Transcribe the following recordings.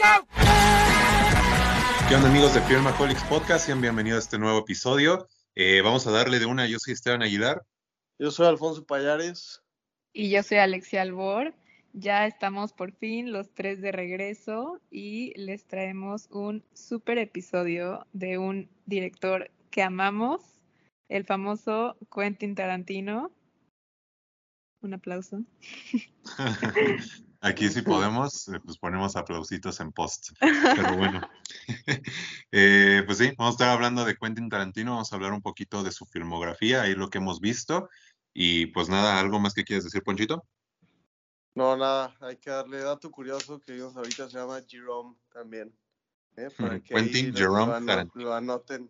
¿Qué onda, amigos de Filmaholics Podcast? Sean bienvenidos a este nuevo episodio. Vamos a darle de una. Yo soy Esteban Aguilar. Yo soy Alfonso Payares. Y yo soy Alexia Albor. Ya estamos por fin los tres de regreso y les traemos un súper episodio de un director que amamos, el famoso Quentin Tarantino. Un aplauso. Aquí si podemos, pues ponemos aplausitos en post. Pero bueno, pues sí, vamos a estar hablando de Quentin Tarantino, vamos a hablar un poquito de su filmografía, ahí lo que hemos visto. Y pues nada, ¿algo más que quieras decir, Ponchito? No, nada, hay que darle dato curioso que vimos ahorita, se llama Jerome también. Para que Quentin ahí Jerome Tarantino. lo anoten.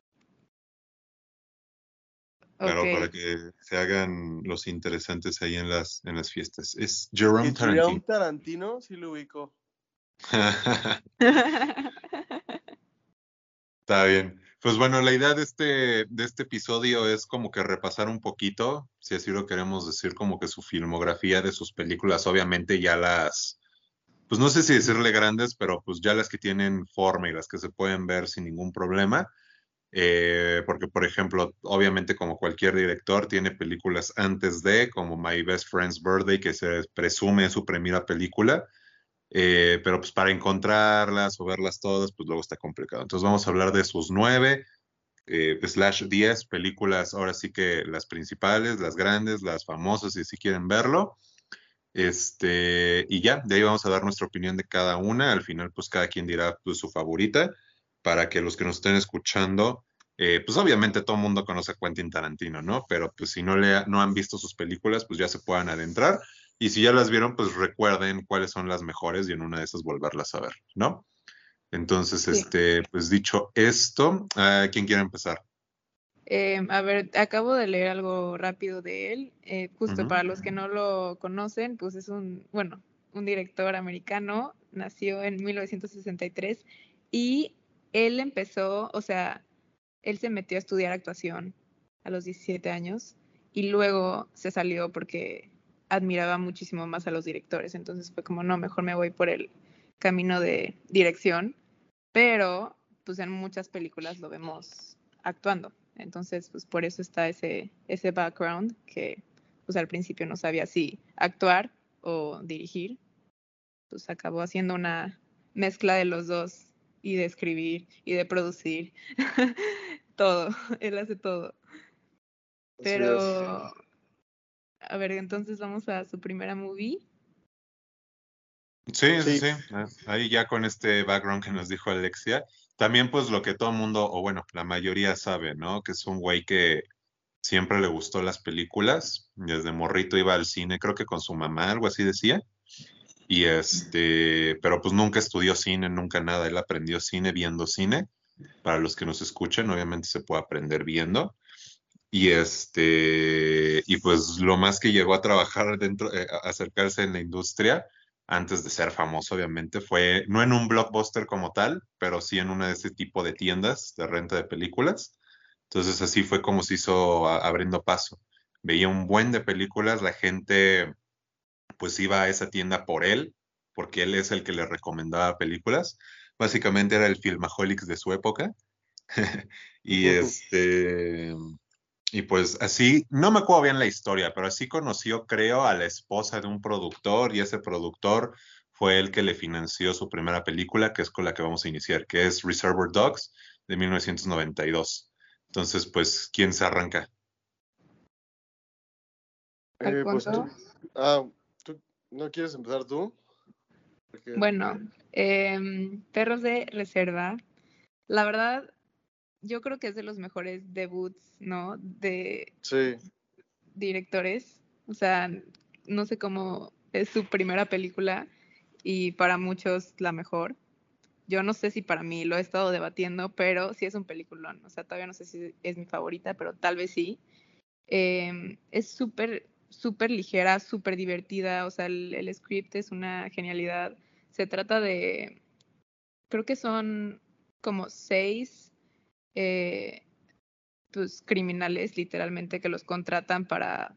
Claro, Ok. para que se hagan los interesantes ahí en las fiestas. Es Jerome Y Jerome Tarantino. Tarantino, sí lo ubico. Está bien. Pues bueno, la idea de este episodio es como que repasar un poquito, si así lo queremos decir, como que su filmografía de sus películas, obviamente ya pues no sé si decirle grandes, pero pues ya las que tienen forma y las que se pueden ver sin ningún problema. Porque, por ejemplo, obviamente como cualquier director tiene películas antes de, como My Best Friend's Birthday, que se presume su primera película. Pero pues para encontrarlas o verlas todas, pues luego está complicado. Entonces vamos a hablar de sus 9, /10 películas, ahora sí que las principales, las grandes, las famosas, si quieren verlo. Y ya, de ahí vamos a dar nuestra opinión de cada una. Al final, pues cada quien dirá pues, su favorita, para que los que nos estén escuchando, pues obviamente todo el mundo conoce a Quentin Tarantino, ¿no? Pero pues si no han visto sus películas, pues ya se puedan adentrar. Y si ya las vieron, pues recuerden cuáles son las mejores y en una de esas volverlas a ver, ¿no? Entonces, Sí. pues dicho esto, ¿quién quiere empezar? A ver, acabo de leer algo rápido de él. Justo Ujú. para los que no lo conocen, pues es un director americano, nació en 1963 y él empezó, o sea, él se metió a estudiar actuación a los 17 años y luego se salió porque admiraba muchísimo más a los directores. Entonces fue como, no, mejor me voy por el camino de dirección, pero pues en muchas películas lo vemos actuando. Entonces, pues por eso está ese background que pues al principio no sabía si actuar o dirigir. Pues acabó haciendo una mezcla de los dos y de escribir y de producir. Todo, él hace todo. Así es. Pero, a ver, entonces vamos a su primera movie. Sí, sí, Sí. sí. Ahí ya con este background que nos dijo Alexia, también pues lo que todo el mundo, o bueno, la mayoría sabe, ¿no? Que es un güey que siempre le gustó las películas, desde morrito iba al cine, creo que con su mamá, algo así decía, y pero pues nunca estudió cine, nunca nada, él aprendió cine viendo cine. Para los que nos escuchen, obviamente se puede aprender viendo. Y pues lo más que llegó a trabajar dentro, a acercarse en la industria, antes de ser famoso, obviamente, fue no en un blockbuster como tal, pero sí en una de ese tipo de tiendas de renta de películas. Entonces así fue como se hizo abriendo paso. Veía un buen de películas, la gente pues iba a esa tienda por él, porque él es el que le recomendaba películas. Básicamente era el Filmaholics de su época. Y y pues así, no me acuerdo bien la historia, pero así conoció, creo, a la esposa de un productor y ese productor fue el que le financió su primera película, que es con la que vamos a iniciar, que es Reservoir Dogs de 1992. Entonces, pues, ¿quién se arranca? Pues Alfonso. ¿tú no quieres empezar tú? Porque... Bueno, Perros de Reserva. La verdad, yo creo que es de los mejores debuts, ¿no? De Sí. directores. O sea, no sé cómo es su primera película y para muchos la mejor. Yo no sé si para mí lo he estado debatiendo, pero sí es un peliculón. O sea, todavía no sé si es mi favorita, pero tal vez sí. Es súper ligera, súper divertida. O sea, el script es una genialidad. Se trata de, creo que son como 6 pues, criminales, literalmente, que los contratan para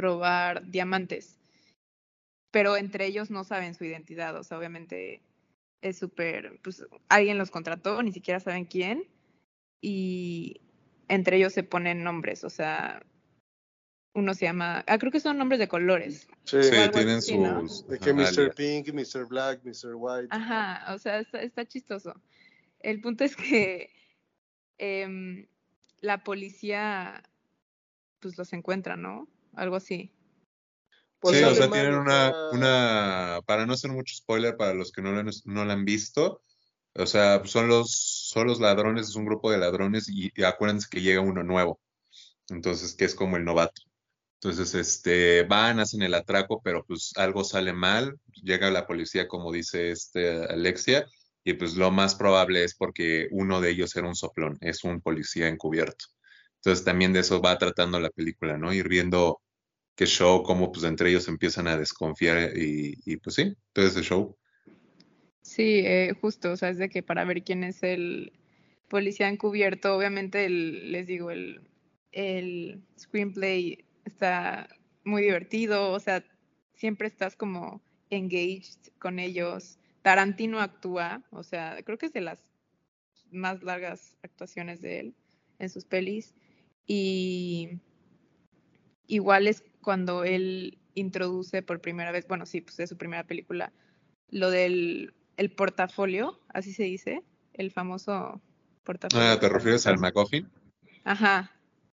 robar diamantes. Pero entre ellos no saben su identidad. O sea, obviamente es súper, pues alguien los contrató, ni siquiera saben quién, y entre ellos se ponen nombres, o sea, uno se llama, creo que son nombres de colores, Sí, Sí, o algo tienen así, ¿no? sus de que Mr. alias. Pink, Mr. Black, Mr. White. Ajá, o sea, está chistoso. El punto es que em, la policía, pues los encuentra, ¿no? Algo así. Pues Sí, o sale sea, Y mal, tienen o sea, para no hacer mucho spoiler para los que no la han visto, o sea, son los ladrones, es un grupo de ladrones y acuérdense que llega uno nuevo, entonces, que es como el novato. Entonces, van, hacen el atraco, pero pues algo sale mal, llega la policía, como dice Alexia, y pues lo más probable es porque uno de ellos era un soplón, es un policía encubierto. Entonces también de eso va tratando la película, ¿no? Ir viendo qué show, cómo pues entre ellos empiezan a desconfiar y pues sí, todo ese show. sí, justo, o sea, es de que para ver quién es el policía encubierto, obviamente les digo, el screenplay está muy divertido, o sea, siempre estás como engaged con ellos. Tarantino actúa, o sea, creo que es de las más largas actuaciones de él en sus pelis. Y igual es cuando él introduce por primera vez, bueno, sí, pues es su primera película, lo del el portafolio, así se dice, el famoso portafolio ¿Te que sale en refieres al todas. MacGuffin? Ajá,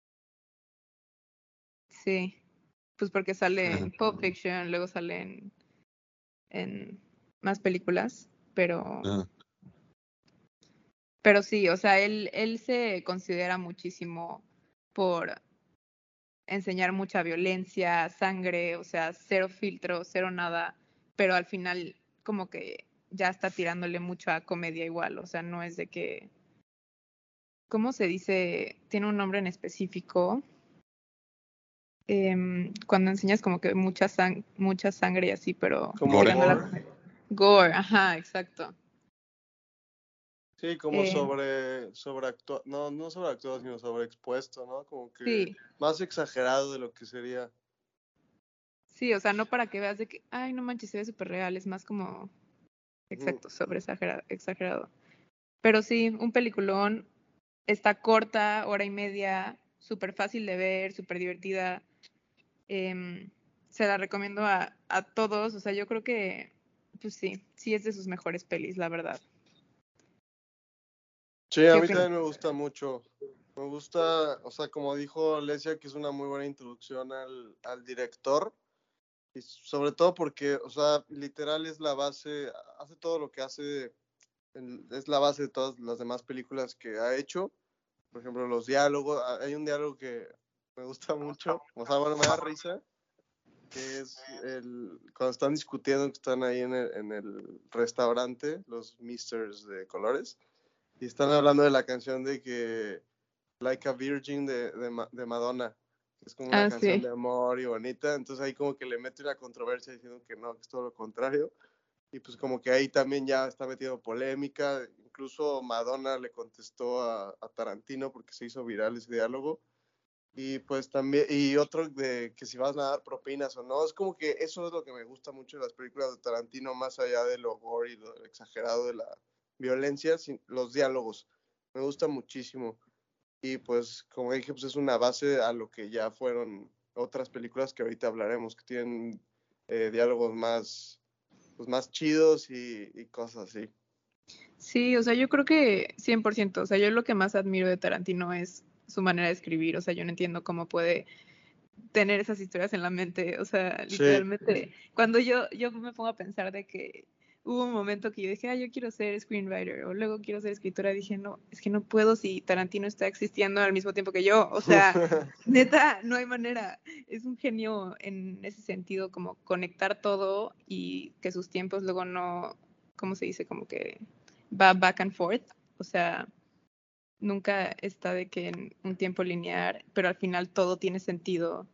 sí, pues porque sale Ajá. en Pulp Fiction, luego sale en más películas, Ajá. pero sí, o sea, él se considera muchísimo por enseñar mucha violencia, sangre, o sea, cero filtro, cero nada, pero al final como que ya está tirándole mucho a comedia igual, o sea, no es de que, ¿cómo se dice? Tiene un nombre en específico. Cuando enseñas como que mucha sangre y así, pero como Gore. tirando a la gore. comedia. Gore, ajá, exacto. Sí, como Eh, sobreactuado, no sobreactuado, sino sobreexpuesto, ¿no? Como que sí, más exagerado de lo que sería. sí, o sea, no para que veas de que, ay, no manches, se ve súper real, es más como, Ujú. exacto, sobre exagerado. Pero sí, un peliculón, está corta, hora y media, súper fácil de ver, súper divertida. Em, Se la recomiendo a todos, o sea, yo creo que, pues sí es de sus mejores pelis, la verdad. Sí, a ¿Qué mí opinas? también me gusta mucho. Me gusta, o sea, como dijo Lesia, que es una muy buena introducción al director. Y sobre todo porque, o sea, literal es la base, hace todo lo que hace, es la base de todas las demás películas que ha hecho. Por ejemplo, los diálogos, hay un diálogo que me gusta mucho, o sea, bueno, me da risa, que es cuando están discutiendo, que están ahí en el restaurante, los misters de colores, y están hablando de la canción de que Like a Virgin de Madonna, que es como una Ah, canción sí. de amor y bonita, entonces ahí como que le mete una controversia diciendo que no, que es todo lo contrario, y pues como que ahí también ya está metido polémica, incluso Madonna le contestó a Tarantino porque se hizo viral ese diálogo, y pues también, y otro de que si vas a dar propinas o no, es como que eso es lo que me gusta mucho de las películas de Tarantino, más allá de lo gore y lo exagerado de la violencia, los diálogos, me gusta muchísimo. Y pues, como dije, pues es una base a lo que ya fueron otras películas que ahorita hablaremos, que tienen diálogos pues más chidos y cosas así. Sí, o sea, yo creo que 100%, o sea, yo lo que más admiro de Tarantino es su manera de escribir, o sea, yo no entiendo cómo puede tener esas historias en la mente, o sea, Sí, literalmente, cuando yo me pongo a pensar de que hubo un momento que yo dije, yo quiero ser screenwriter, o luego quiero ser escritora, dije, no, es que no puedo si Tarantino está existiendo al mismo tiempo que yo, o sea, neta, no hay manera, es un genio en ese sentido, como conectar todo y que sus tiempos luego no, ¿cómo se dice? Como que va back and forth, o sea, nunca está de que en un tiempo lineal, pero al final todo tiene sentido.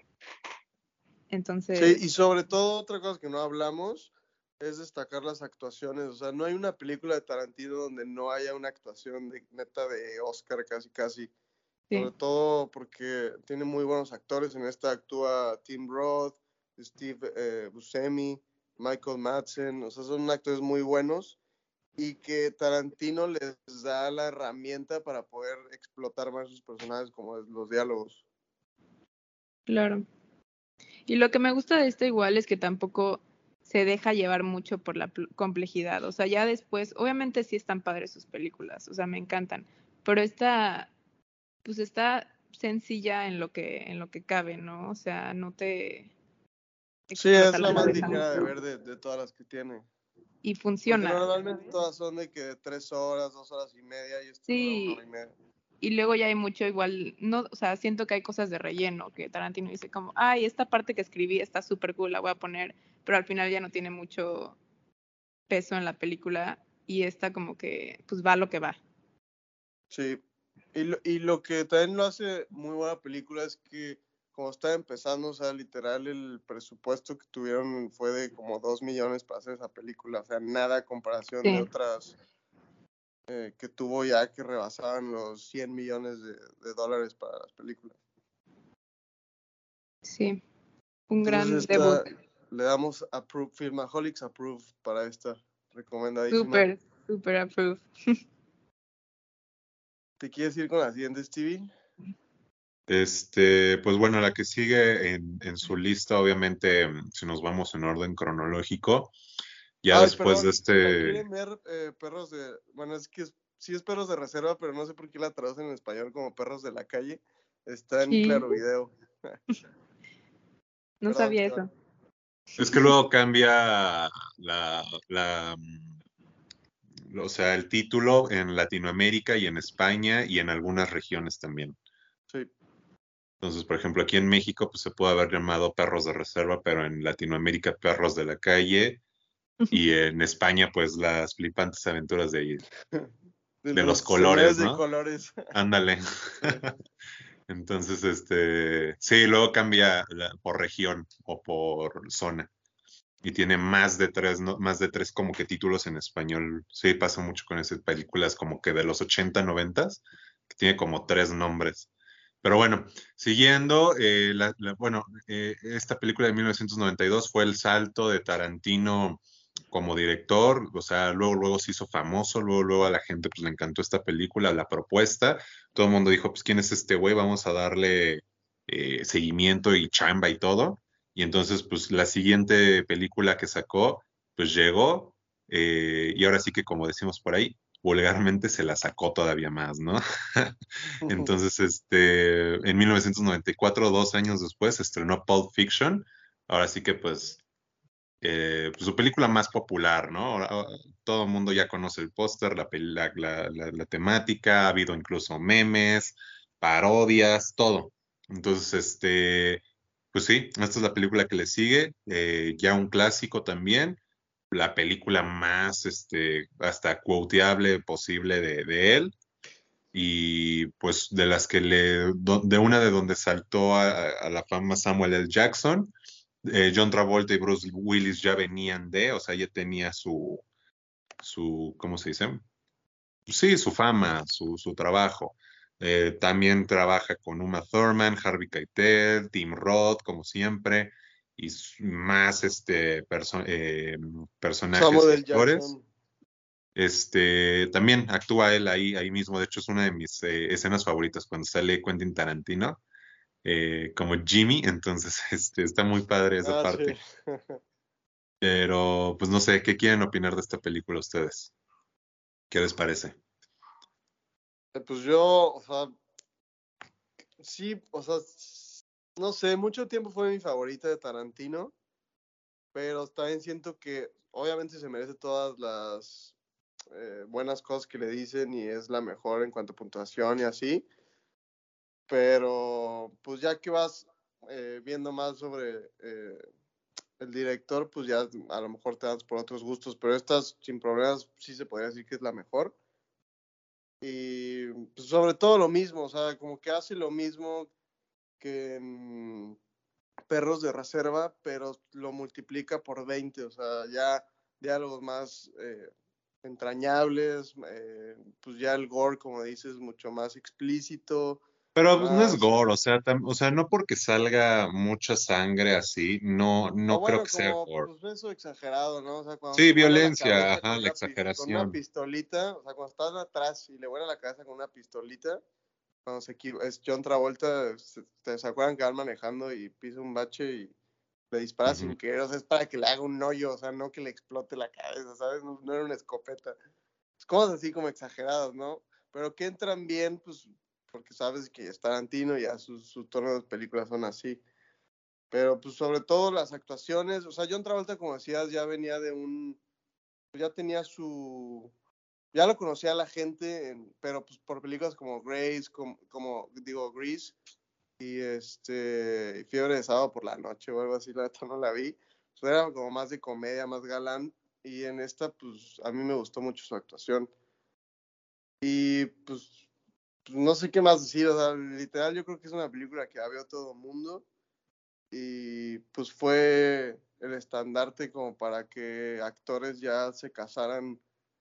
sí, y Entonces, sobre todo otra cosa que no hablamos es destacar las actuaciones, o sea, no hay una película de Tarantino donde no haya una actuación de neta de Oscar casi casi, sobre sí, todo porque tiene muy buenos actores, en esta actúa Tim Roth, Steve Buscemi, Michael Madsen, o sea, son actores muy buenos y que Tarantino les da la herramienta para poder explotar más sus personajes, como los diálogos. Claro. Y lo que me gusta de esta igual es que tampoco se deja llevar mucho por la complejidad. O sea, ya después, obviamente sí están padres sus películas, o sea, me encantan, pero esta, pues está sencilla en lo que cabe, ¿no? O sea, no te Sí, explota es la la más cabeza ligera de mucho. ver de todas las que tiene. Y Porque funciona, normalmente ¿sabes? todas son de que 3 horas, 2 horas y media, y esto dura 1 hora y Sí, media. y luego ya hay mucho igual, no, o sea, siento que hay cosas de relleno, que Tarantino dice como, ay, esta parte que escribí está súper cool, la voy a poner, pero al final ya no tiene mucho peso en la película y esta como que, pues va lo que va. Sí, y lo que también lo hace muy buena película es que como está empezando, o sea, literal el presupuesto que tuvieron fue de como 2 millones para hacer esa película, o sea, nada a comparación de Sí, otras que tuvo ya que rebasaban los 100 millones de dólares para las películas. sí, un gran Entonces debut. le damos approve, Filmaholics approve para esta, recomendadísima. Súper, súper approved. ¿Te quieres ir con la siguiente, Stevie? Pues bueno, la que sigue en su lista, obviamente, si nos vamos en orden cronológico, ya Ay, después de perdón, si la este, quieren ver, perros de, bueno, es que sí es perros de reserva, pero no sé por qué la traducen en español como perros de la calle. Está en Sí, Claro Video. no Perdón, sabía perdón. eso. es que luego cambia la, o sea, el título en Latinoamérica y en España y en algunas regiones también. Sí. Entonces, por ejemplo, aquí en México, pues se puede haber llamado Perros de Reserva, pero en Latinoamérica, Perros de la Calle, y en España, pues las flipantes aventuras De de los los señores colores, de ¿no? colores. Ándale. Sí. Entonces, sí, luego cambia por región o por zona. Y tiene más de tres, ¿no? Más de tres como que títulos en español. Sí, pasa mucho con esas películas como que de los 80, 90, que tiene como tres nombres. Pero bueno, siguiendo, bueno, esta película de 1992 fue el salto de Tarantino como director, o sea, luego se hizo famoso, luego a la gente pues le encantó esta película, la propuesta, todo el mundo dijo, pues, ¿quién es este güey? Vamos a darle seguimiento y chamba y todo. Y entonces, pues, la siguiente película que sacó, pues llegó, y ahora sí que como decimos por ahí, vulgarmente se la sacó todavía más, ¿no? Entonces, en 1994, 2 años después, se estrenó Pulp Fiction. Ahora sí que, pues, su película más popular, ¿no? Todo el mundo ya conoce el póster, la temática, ha habido incluso memes, parodias, todo. Entonces, pues sí, esta es la película que le sigue, ya un clásico también, la película más, hasta quoteable posible de él y pues de las que de una de donde saltó a la fama Samuel L. Jackson, John Travolta y Bruce Willis ya venían o sea, ya tenía ¿cómo se dice? Sí, su fama, su trabajo. También trabaja con Uma Thurman, Harvey Keitel, Tim Roth, como siempre, y más personajes Samuel y L. actores. Jackson. También actúa él ahí mismo. De hecho, es una de mis escenas favoritas cuando sale Quentin Tarantino como Jimmy. Entonces, está muy padre esa Ah, sí. parte. Pero, pues no sé, ¿qué quieren opinar de esta película ustedes? ¿Qué les parece? Pues yo, o sea, sí, o sea, no sé, mucho tiempo fue mi favorita de Tarantino, pero también siento que obviamente se merece todas las buenas cosas que le dicen y es la mejor en cuanto a puntuación y así, pero pues ya que vas viendo más sobre el director, pues ya a lo mejor te das por otros gustos, pero estas sin problemas sí se podría decir que es la mejor. Y pues, sobre todo lo mismo, o sea, como que hace lo mismo que en Perros de Reserva, pero lo multiplica por 20, o sea, ya diálogos más entrañables, pues ya el gore, como dices, mucho más explícito, Pero pues no es más, gore, o sea, no porque salga mucha sangre así, o no creo bueno, que sea como gore. pues eso exagerado, ¿no? O sea, cuando Sí, se vuela la violencia, cabeza ajá, la con una exageración. pistolita, o sea, cuando estás atrás y le vuela la cabeza con una pistolita, cuando es John Travolta, ¿se acuerdan que van manejando y pisa un bache y le dispara Ujú. sin querer? O sea, es para que le haga un hoyo, o sea, no que le explote la cabeza, ¿sabes? No, no era una escopeta. Es cosas así como exageradas, ¿no? Pero que entran bien, pues, porque sabes que es Tarantino y ya sus tonos de películas son así. Pero, pues, sobre todo las actuaciones, o sea, John Travolta, como decías, ya venía de ya tenía ya lo conocía la gente, pero pues por películas como Grace, digo, Grease, y Fiebre de Sábado por la Noche o algo así, la neta no la vi. Pues era como más de comedia, más galán, y en esta, pues, a mí me gustó mucho su actuación. Y pues no sé qué más decir, o sea, literal yo creo que es una película que ha vio todo el mundo y pues fue el estandarte como para que actores ya se casaran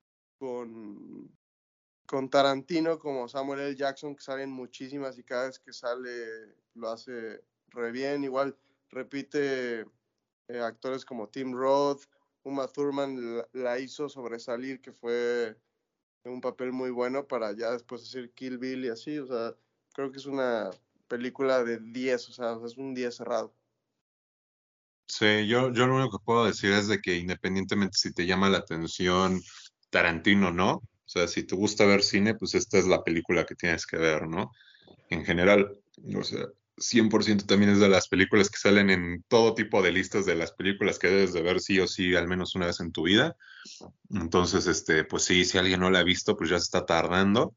con, con Tarantino, como Samuel L. Jackson, que salen muchísimas y cada vez que sale lo hace re bien. Igual repite actores como Tim Roth, Uma Thurman la hizo sobresalir, que fue un papel muy bueno para ya después hacer Kill Bill y así, o sea, creo que es una película de 10, o sea, es un 10 cerrado. Sí, yo lo único que puedo decir es de que independientemente si te llama la atención Tarantino, ¿no? O sea, si te gusta ver cine, pues esta es la película que tienes que ver, ¿no? En general, o sea, 100% también es de las películas que salen en todo tipo de listas de las películas que debes de ver sí o sí al menos una vez en tu vida. Entonces, pues sí, si alguien no la ha visto, pues ya se está tardando.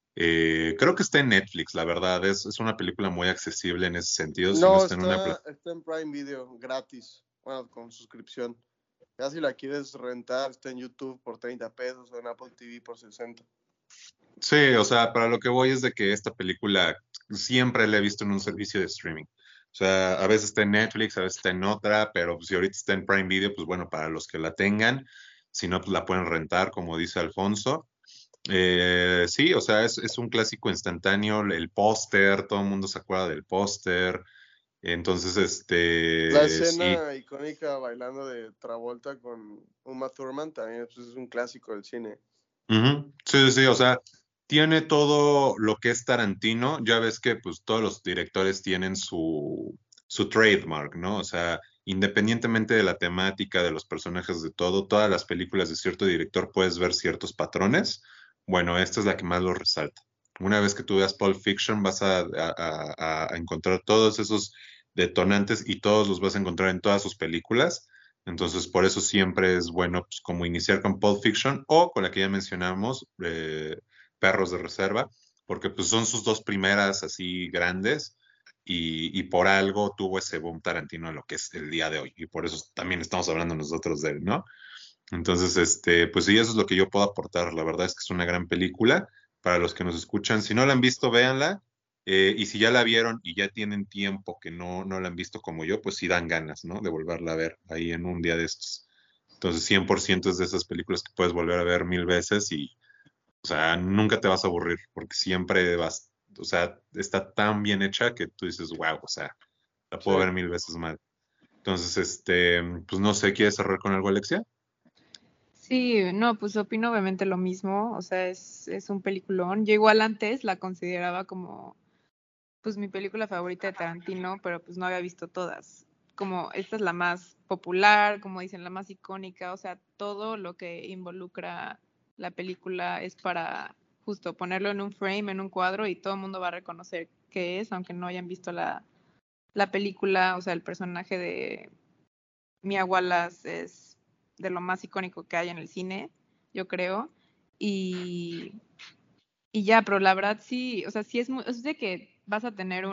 Creo que está en Netflix, la verdad, es una película muy accesible en ese sentido, si no No, está en una plataforma. está en Prime Video, gratis, bueno, con suscripción. Ya si la quieres rentar, está en YouTube por 30 pesos o en Apple TV por 60. Sí, o sea, para lo que voy es de que esta película siempre la he visto en un servicio de streaming. O sea, a veces está en Netflix, a veces está en otra, pero pues, si ahorita está en Prime Video, pues bueno, para los que la tengan, si no, pues la pueden rentar, como dice Alfonso. Sí, o sea, es un clásico instantáneo, el póster, todo el mundo se acuerda del póster. Entonces, La sí. escena icónica bailando de Travolta con Uma Thurman también pues, es un clásico del cine. Ujú. Sí, sí, sí, o sea, tiene todo lo que es Tarantino. Ya ves que pues todos los directores tienen su trademark, ¿no? O sea, independientemente de la temática, de los personajes, de todo, todas las películas de cierto director puedes ver ciertos patrones. Bueno, esta es la que más lo resalta. Una vez que tú veas Pulp Fiction, vas a encontrar todos esos detonantes y todos los vas a encontrar en todas sus películas. Entonces, por eso siempre es bueno pues, como iniciar con Pulp Fiction o con la que ya mencionamos, Perros de Reserva, porque pues son sus dos primeras así grandes y por algo tuvo ese boom Tarantino en lo que es el día de hoy y por eso también estamos hablando nosotros de él, ¿no? Entonces, pues sí, eso es lo que yo puedo aportar. La verdad es que es una gran película para los que nos escuchan. Si no la han visto, véanla. Y si ya la vieron y ya tienen tiempo que no la han visto como yo, pues sí dan ganas, ¿no? De volverla a ver ahí en un día de estos. Entonces, 100% es de esas películas que puedes volver a ver 1000 veces y, o sea, nunca te vas a aburrir porque siempre vas, o sea, está tan bien hecha que tú dices, wow, o sea, la Sí. puedo ver 1000 veces más. Entonces, pues no sé, ¿quieres cerrar con algo, Alexia? Sí, no, pues opino obviamente lo mismo, o sea, es un peliculón. Yo igual antes la consideraba como, pues mi película favorita de Tarantino, pero pues no había visto todas. Como esta es la más popular, como dicen, la más icónica, o sea, todo lo que involucra la película es para justo ponerlo en un frame, en un cuadro y todo el mundo va a reconocer qué es, aunque no hayan visto la película, o sea, el personaje de Mia Wallace es de lo más icónico que hay en el cine, yo creo. Y, y ya, pero la verdad sí, o sea, sí es de que vas a tener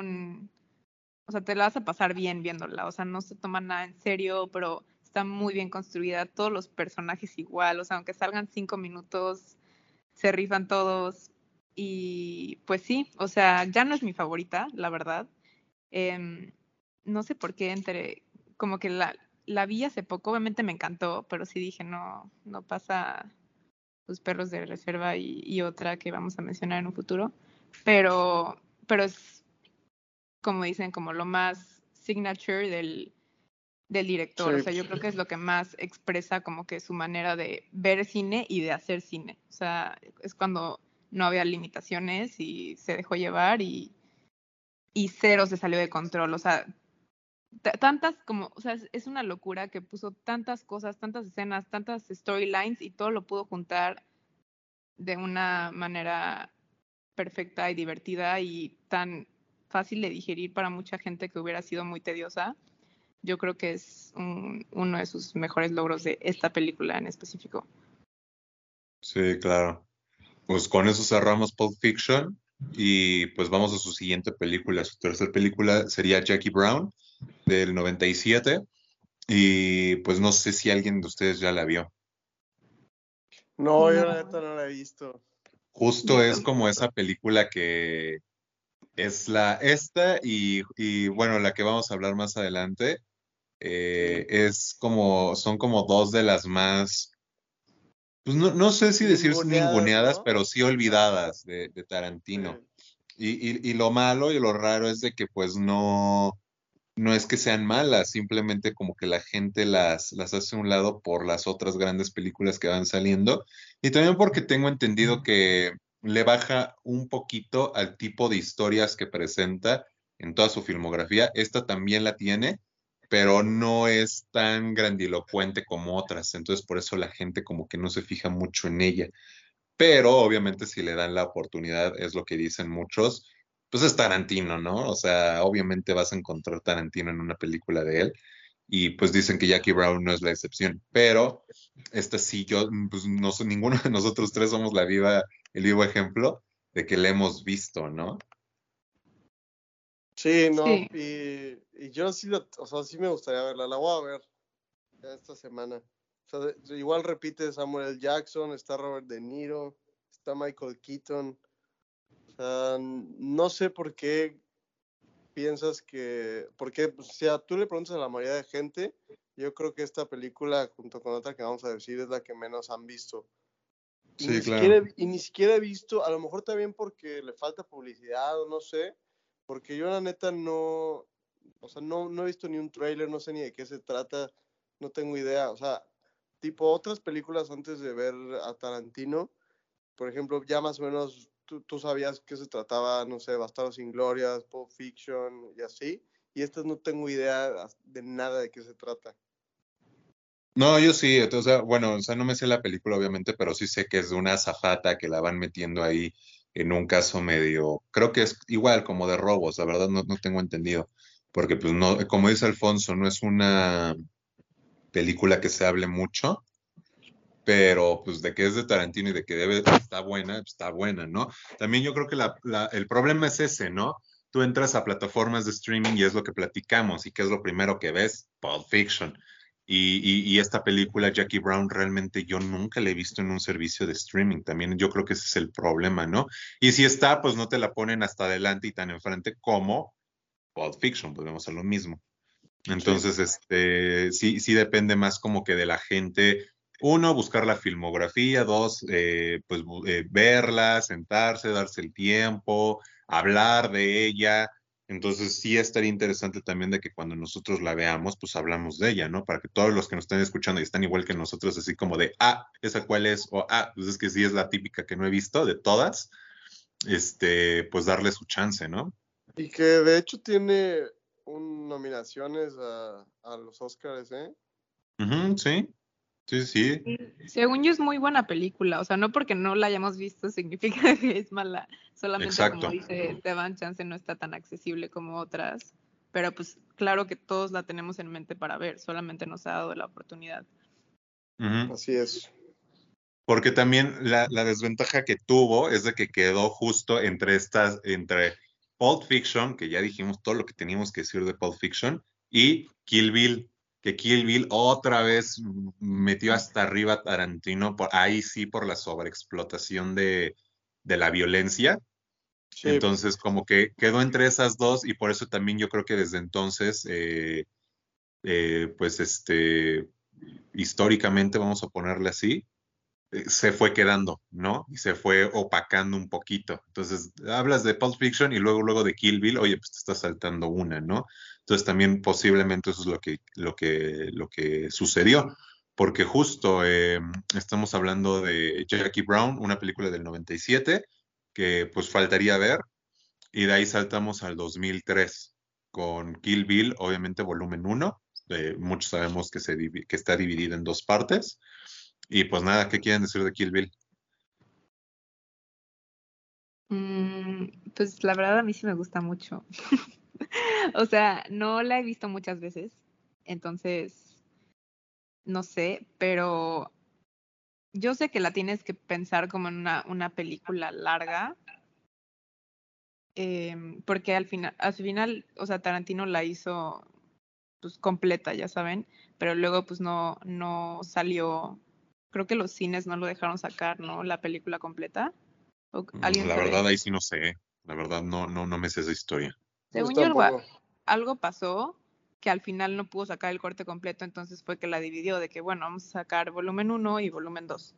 o sea, te la vas a pasar bien viéndola, o sea, no se toma nada en serio, pero está muy bien construida, todos los personajes igual, o sea, aunque salgan 5 minutos, se rifan todos. Y pues sí, o sea, ya no es mi favorita, la verdad. Em, no sé por qué como que la vi hace poco, obviamente me encantó, pero sí dije, no, no pasa los perros de reserva y otra que vamos a mencionar en un futuro. Pero, pero es, como dicen, como lo más signature del director. Sí, O sea, yo creo que es lo que más expresa como que su manera de ver cine y de hacer cine. O sea, es cuando no había limitaciones y se dejó llevar y cero se salió de control. O sea, tantas como, o sea, es una locura que puso tantas cosas, tantas escenas, tantas storylines y todo lo pudo juntar de una manera perfecta y divertida y tan fácil de digerir para mucha gente que hubiera sido muy tediosa. Yo creo que es uno de sus mejores logros de esta película en específico. Sí, claro. Pues con eso cerramos Pulp Fiction y pues vamos a su siguiente película. Su tercera película sería Jackie Brown del 97 y pues no sé si alguien de ustedes ya la vio. no, yo No. la neta no la he visto. Justo Yo es tampoco. como esa película que es esta y bueno, la que vamos a hablar más adelante, es como, son como dos de las más, pues no sé si decir Ninguneadas, ninguneadas, ¿no? pero sí olvidadas de Tarantino. Sí. Y lo malo y lo raro es de que pues no es que sean malas, simplemente como que la gente las hace a un lado por las otras grandes películas que van saliendo. Y también porque tengo entendido que le baja un poquito al tipo de historias que presenta en toda su filmografía. Esta también la tiene, pero no es tan grandilocuente como otras. Entonces por eso la gente como que no se fija mucho en ella. Pero obviamente si le dan la oportunidad, es lo que dicen muchos, pues es Tarantino, ¿no? O sea, obviamente vas a encontrar Tarantino en una película de él y pues dicen que Jackie Brown no es la excepción, pero esta sí, yo, pues no sé, ninguno de nosotros tres somos el vivo ejemplo de que le hemos visto, ¿no? Sí, no, Sí. y yo sí, o sea, sí me gustaría verla, la voy a ver ya esta semana. O sea, igual repite Samuel L. Jackson, está Robert De Niro, está Michael Keaton. O sea, no sé por qué piensas que, porque pues, si tú le preguntas a la mayoría de gente, yo creo que esta película, junto con otra que vamos a decir, es la que menos han visto. Sí, claro. Y ni siquiera he visto, a lo mejor también porque le falta publicidad o no sé, porque yo la neta no, o sea, no he visto ni un tráiler, no sé ni de qué se trata, no tengo idea, o sea, tipo otras películas antes de ver a Tarantino, por ejemplo, ya más o menos tú sabías que se trataba, no sé, Bastardos sin Glorias, Pulp Fiction y así, y estas no tengo idea de nada de qué se trata. No, yo sí, entonces, bueno, o sea, no me sé la película obviamente, pero sí sé que es de una azafata que la van metiendo ahí en un caso medio, creo que es igual como de robos, la verdad no tengo entendido, porque pues no, como dice Alfonso, no es una película que se hable mucho, pero pues de que es de Tarantino y de que está buena, ¿no? También yo creo que el problema es ese, ¿no? Tú entras a plataformas de streaming y es lo que platicamos, y qué es lo primero que ves, Pulp Fiction. Y esta película, Jackie Brown, realmente yo nunca la he visto en un servicio de streaming. También yo creo que ese es el problema, ¿no? Y si está, pues no te la ponen hasta adelante y tan enfrente como Pulp Fiction, volvemos a lo mismo. Sí. Entonces, sí depende más como que de la gente. Uno, buscar la filmografía. Dos, pues verla, sentarse, darse el tiempo, hablar de ella. Entonces, sí estaría interesante también de que cuando nosotros la veamos, pues hablamos de ella, ¿no? Para que todos los que nos estén escuchando y están igual que nosotros, así como de, ¿esa cuál es? O, pues es que sí es la típica que no he visto de todas, pues darle su chance, ¿no? Y que de hecho tiene nominaciones a los Oscars, ¿eh? Ujú, sí, sí, sí, Sí, según yo es muy buena película, o sea, no porque no la hayamos visto significa que es mala, solamente como exacto. dice Tevan Chance no está tan accesible como otras, pero pues claro que todos la tenemos en mente para ver, solamente nos ha dado la oportunidad. Ujú. Así es. Porque también la desventaja que tuvo es de que quedó justo entre Pulp Fiction, que ya dijimos todo lo que teníamos que decir de Pulp Fiction, y Kill Bill, que Kill Bill otra vez metió hasta arriba a Tarantino, ahí sí por la sobreexplotación de la violencia. Sí, Entonces, como que quedó entre esas dos, y por eso también yo creo que desde entonces, pues históricamente, vamos a ponerle así, se fue quedando, ¿no? Y se fue opacando un poquito. Entonces, hablas de Pulp Fiction y luego de Kill Bill, oye, pues te está saltando una, ¿no? Entonces también posiblemente eso es lo que sucedió, porque justo estamos hablando de Jackie Brown, una película del 97, que pues faltaría ver, y de ahí saltamos al 2003 con Kill Bill, obviamente volumen uno. Muchos sabemos que está dividida en dos partes. Y pues nada, ¿qué quieren decir de Kill Bill? Pues la verdad a mí sí me gusta mucho. O sea, no la he visto muchas veces, entonces no sé, pero yo sé que la tienes que pensar como en una película larga, porque al final, o sea, Tarantino la hizo pues completa, ya saben, pero luego pues no salió, creo que los cines no lo dejaron sacar, ¿no? La película completa. ¿Alguien La verdad, sabe? ahí sí no sé. La verdad, no me sé esa historia. Pues Según yo, tampoco. algo pasó que al final no pudo sacar el corte completo, entonces fue que la dividió de que, bueno, vamos a sacar volumen uno y volumen 2.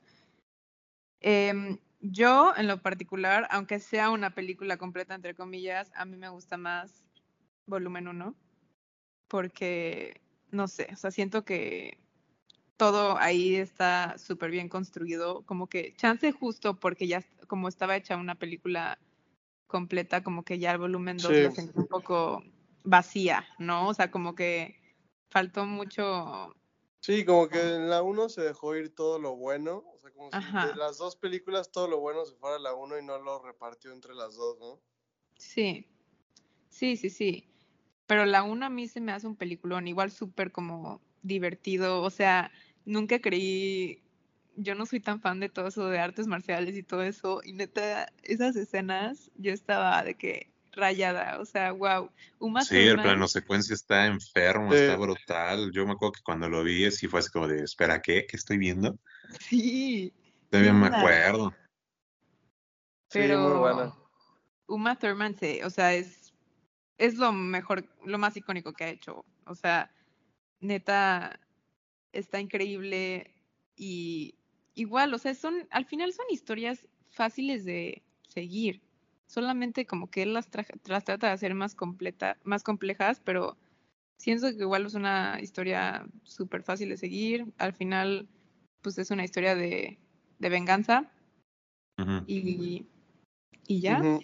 Yo, en lo particular, aunque sea una película completa, entre comillas, a mí me gusta más volumen uno porque, no sé, o sea, siento que todo ahí está súper bien construido, como que chance justo porque ya como estaba hecha una película completa, como que ya el volumen 2 Sí. la sentí un poco vacía, ¿no? O sea, como que faltó mucho. Sí, como que en la uno se dejó ir todo lo bueno. O sea, como si de Ajá, las dos películas todo lo bueno se fuera a la uno y no lo repartió entre las dos, ¿no? sí, sí. Pero la 1 a mí se me hace un peliculón, igual súper como divertido, o sea, nunca creí, yo no soy tan fan de todo eso de artes marciales y todo eso, y neta, esas escenas, yo estaba de que rayada, o sea, wow, Uma Sí, el Thurman, plano secuencia está enfermo, está Sí. brutal. Yo me acuerdo que cuando lo vi, sí fue así como de, espera, ¿qué? ¿Qué estoy viendo? sí, ¿qué Todavía me onda? acuerdo. Sí, muy Pero buena. Uma Thurman, o sea, es lo mejor, lo más icónico que ha hecho, o sea, neta, está increíble y igual, o sea, al final son historias fáciles de seguir. Solamente como que él las trata de hacer más complejas, pero siento que igual es una historia súper fácil de seguir. Al final, pues es una historia de venganza Ujú. y, y ya. Ujú.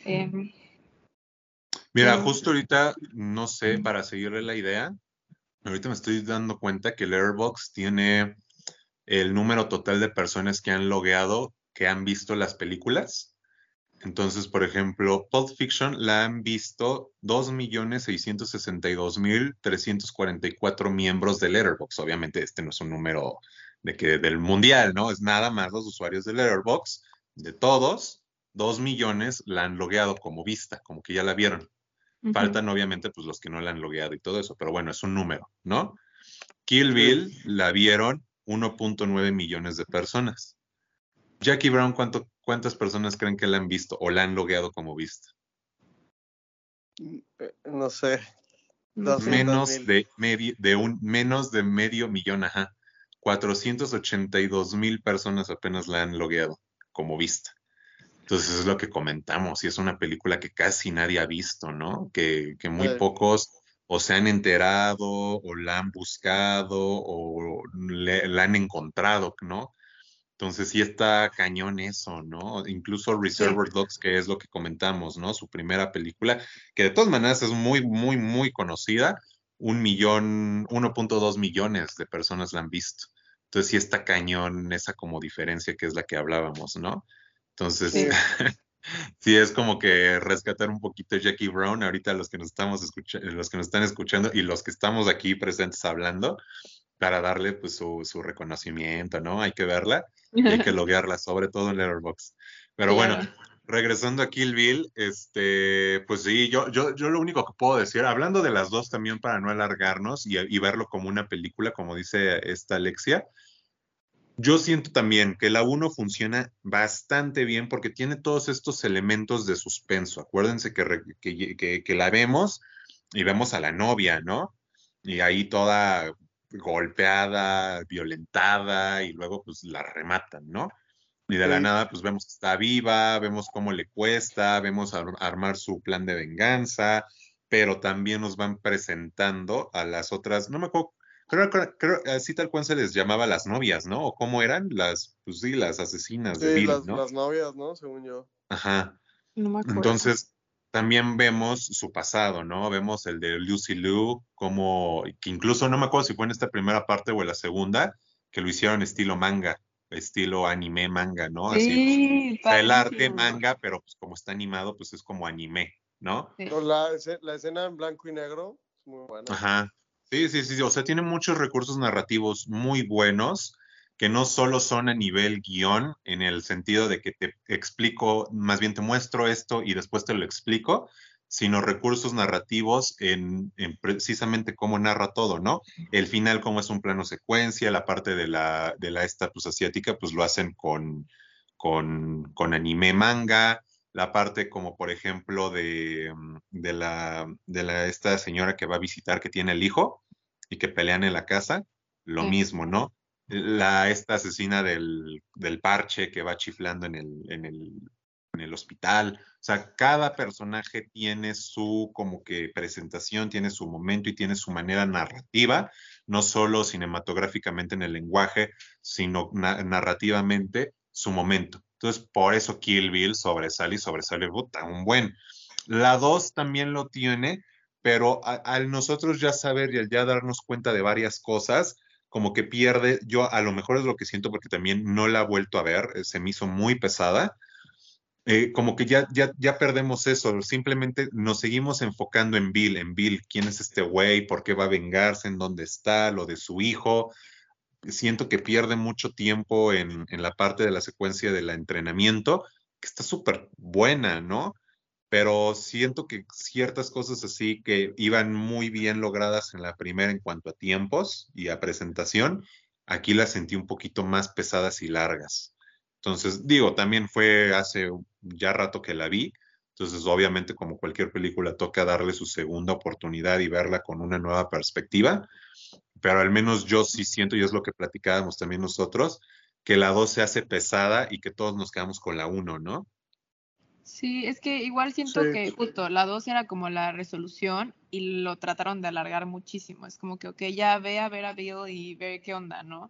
Mira, em, justo ahorita, no sé, para seguirle la idea, ahorita me estoy dando cuenta que Letterboxd tiene el número total de personas que han logueado, que han visto las películas. Entonces, por ejemplo, Pulp Fiction la han visto 2.662.344 miembros de Letterboxd. Obviamente, este no es un número del mundial, ¿no? Es nada más los usuarios de Letterboxd. De todos, 2 millones la han logueado como vista, como que ya la vieron. ujú. Faltan, obviamente, pues los que no la han logueado y todo eso, pero bueno, es un número, ¿no? Kill Bill Sí. la vieron 1.9 millones de personas. Jackie Brown, ¿cuántas personas creen que la han visto o la han logueado como vista? No sé, No sé. 200 Menos mil. de medio millón, ajá. 482.000 personas apenas la han logueado como vista. Entonces es lo que comentamos, y es una película que casi nadie ha visto, ¿no? Que muy pocos o se han enterado, o la han buscado, o la han encontrado, ¿no? Entonces sí está cañón eso, ¿no? Incluso Sí. Reservoir Dogs, que es lo que comentamos, ¿no? Su primera película, que de todas maneras es muy conocida, 1 millón, 1.2 millones de personas la han visto. Entonces sí está cañón esa como diferencia que es la que hablábamos, ¿no? Entonces, Sí. sí es como que rescatar un poquito Jackie Brown, ahorita los que nos estamos escuchando, los que nos están escuchando y los que estamos aquí presentes hablando, para darle pues su reconocimiento, ¿no? Hay que verla y hay que loguearla, sobre todo en Letterboxd. Pero bueno, Claro. regresando a Kill Bill, pues sí, yo lo único que puedo decir, hablando de las dos también para no alargarnos y verlo como una película, como dice esta Alexia, yo siento también que la uno funciona bastante bien porque tiene todos estos elementos de suspenso. Acuérdense que la vemos y vemos a la novia, ¿no? Y ahí toda golpeada, violentada y luego pues la rematan, ¿no? Y de la Sí, nada, pues vemos que está viva, vemos cómo le cuesta, vemos armar su plan de venganza, pero también nos van presentando a las otras, no me acuerdo, creo así tal cual se les llamaba las novias, ¿no? ¿O cómo eran? Pues sí, las asesinas de sí, Bill, ¿no? las novias, ¿no? Según yo. Ajá. No me acuerdo. Entonces, también vemos su pasado, ¿no? Vemos el de Lucy Liu, como, que incluso no me acuerdo si fue en esta primera parte o en la segunda, que lo hicieron estilo manga, estilo anime manga, ¿no? Así, pues, Sí, o sea, el arte padrísimo. manga, pero pues como está animado, pues es como anime, ¿no? Sí. No, la escena en blanco y negro es muy buena. Ajá. Sí, sí, sí, sí. O sea, tiene muchos recursos narrativos muy buenos que no solo son a nivel guión, en el sentido de que te explico, más bien te muestro esto y después te lo explico, sino recursos narrativos en precisamente cómo narra todo, ¿no? El final, como es un plano secuencia, la parte de la esta, pues, asiática, pues lo hacen con anime manga, la parte como por ejemplo esta señora que va a visitar que tiene el hijo y que pelean en la casa, lo Sí. mismo, ¿no? Esta asesina del parche que va chiflando en el hospital. O sea, cada personaje tiene su como que presentación, tiene su momento y tiene su manera narrativa, no solo cinematográficamente en el lenguaje, sino narrativamente su momento. Entonces, por eso Kill Bill sobresale y sobresale puta, un buen. La 2 también lo tiene, pero al nosotros ya saber y al ya darnos cuenta de varias cosas, como que pierde, yo a lo mejor es lo que siento porque también no la he vuelto a ver, se me hizo muy pesada, como que ya perdemos eso, simplemente nos seguimos enfocando en Bill, quién es este güey, por qué va a vengarse, en dónde está, lo de su hijo, siento que pierde mucho tiempo en la parte de la secuencia del entrenamiento, que está súper buena, ¿no? Pero siento que ciertas cosas así que iban muy bien logradas en la primera en cuanto a tiempos y a presentación, aquí las sentí un poquito más pesadas y largas. Entonces, digo, también fue hace ya rato que la vi, entonces obviamente como cualquier película toca darle su segunda oportunidad y verla con una nueva perspectiva, pero al menos yo sí siento, y es lo que platicábamos también nosotros, que la 2 se hace pesada y que todos nos quedamos con la uno, ¿no? Sí, es que igual Sí, siento que justo la 2 era como la resolución y lo trataron de alargar muchísimo. Es como que, ok, ya ve a ver a Bill y ve qué onda, ¿no?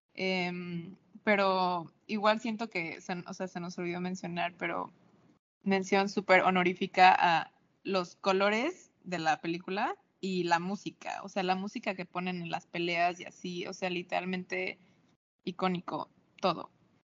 Pero igual siento que, o sea, se nos olvidó mencionar, pero mención súper honorífica a los colores de la película y la música. O sea, la música que ponen en las peleas y así, o sea, literalmente icónico, todo.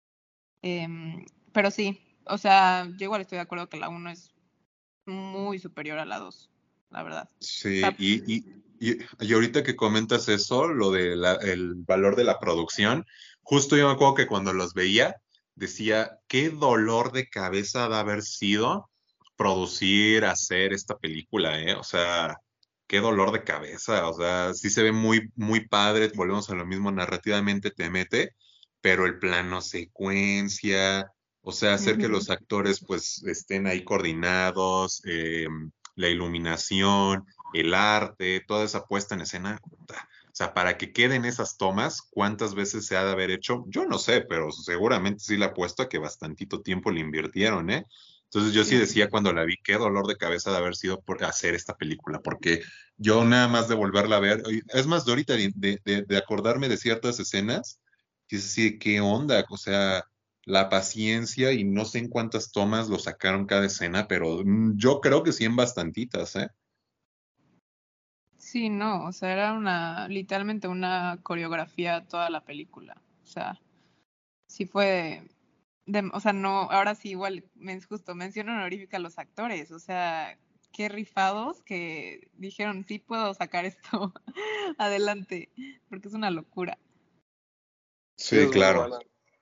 Pero sí, o sea, yo igual estoy de acuerdo que la uno es muy superior a la 2, la verdad. O Sí, sea, y ahorita que comentas eso, lo del el valor de la producción, justo yo me acuerdo que cuando los veía, decía, qué dolor de cabeza de haber sido producir, hacer esta película, ¿eh? O sea, qué dolor de cabeza, o sea, sí se ve muy, muy padre, volvemos a lo mismo, narrativamente te mete, pero el plano secuencia, o sea, hacer que ujú. los actores pues estén ahí coordinados, la iluminación, el arte, toda esa puesta en escena. Puta. O sea, para que queden esas tomas, ¿cuántas veces se ha de haber hecho? Yo no sé, pero seguramente sí le apuesto a que bastantito tiempo le invirtieron, ¿eh? Entonces yo sí Sí. decía cuando la vi, qué dolor de cabeza de haber sido por hacer esta película, porque yo nada más de volverla a ver, es más de ahorita de acordarme de ciertas escenas, y es así, ¿qué onda? O sea, la paciencia y no sé en cuántas tomas lo sacaron cada escena, pero yo creo que sí en bastantitas, ¿eh? Sí, no, o sea, era literalmente una coreografía toda la película. O sea, sí fue o sea, no, ahora sí igual, justo menciono honorífica a los actores, o sea, qué rifados que dijeron, sí puedo sacar esto adelante, porque es una locura. sí, Sí, es muy claro. buena.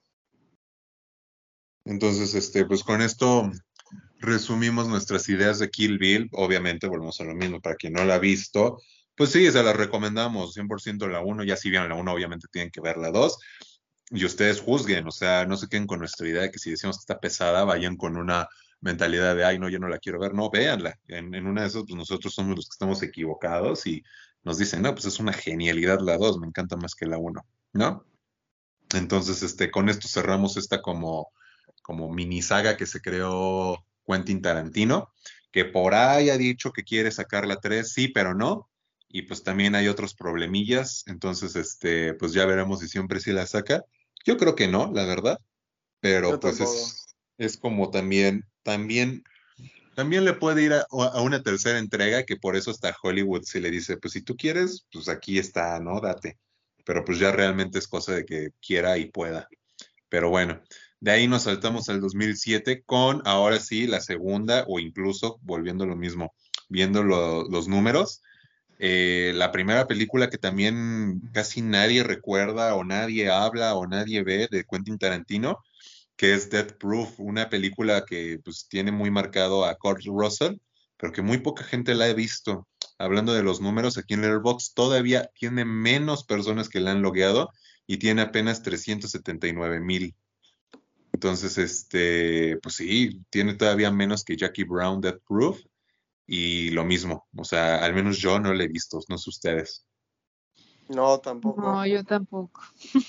Entonces, pues con esto resumimos nuestras ideas de Kill Bill. Obviamente, volvemos a lo mismo, para quien no la ha visto, pues sí, se la recomendamos 100% la uno. Ya si vieron la uno, obviamente tienen que ver la 2. Y ustedes juzguen, o sea, no se queden con nuestra idea de que si decimos que está pesada, vayan con una mentalidad de, ay, no, yo no la quiero ver. No, véanla. En una de esas, pues nosotros somos los que estamos equivocados y nos dicen, no, pues es una genialidad la 2, me encanta más que la uno, ¿no? Entonces, con esto cerramos esta como mini saga que se creó Quentin Tarantino, que por ahí ha dicho que quiere sacar la 3, sí, pero no. Y pues también hay otros problemillas. Entonces, pues ya veremos si siempre sí la saca. Yo creo que no, la verdad. Yo Pero pues tampoco. es como también le puede ir a una tercera entrega, que por eso hasta Hollywood se le dice, pues si tú quieres, pues aquí está, ¿no? Date. Pero pues ya realmente es cosa de que quiera y pueda. Pero bueno, de ahí nos saltamos al 2007 con ahora sí la segunda, o incluso volviendo a lo mismo, viendo los números. La primera película que también casi nadie recuerda o nadie habla o nadie ve de Quentin Tarantino, que es Death Proof, una película que pues tiene muy marcado a Kurt Russell, pero que muy poca gente la ha visto. Hablando de los números, aquí en Letterboxd todavía tiene menos personas que la han logueado y tiene apenas 379,000. Entonces, pues sí, tiene todavía menos que Jackie Brown Death Proof y lo mismo. O sea, al menos yo no la he visto, no sé ustedes. No, tampoco. No, yo tampoco.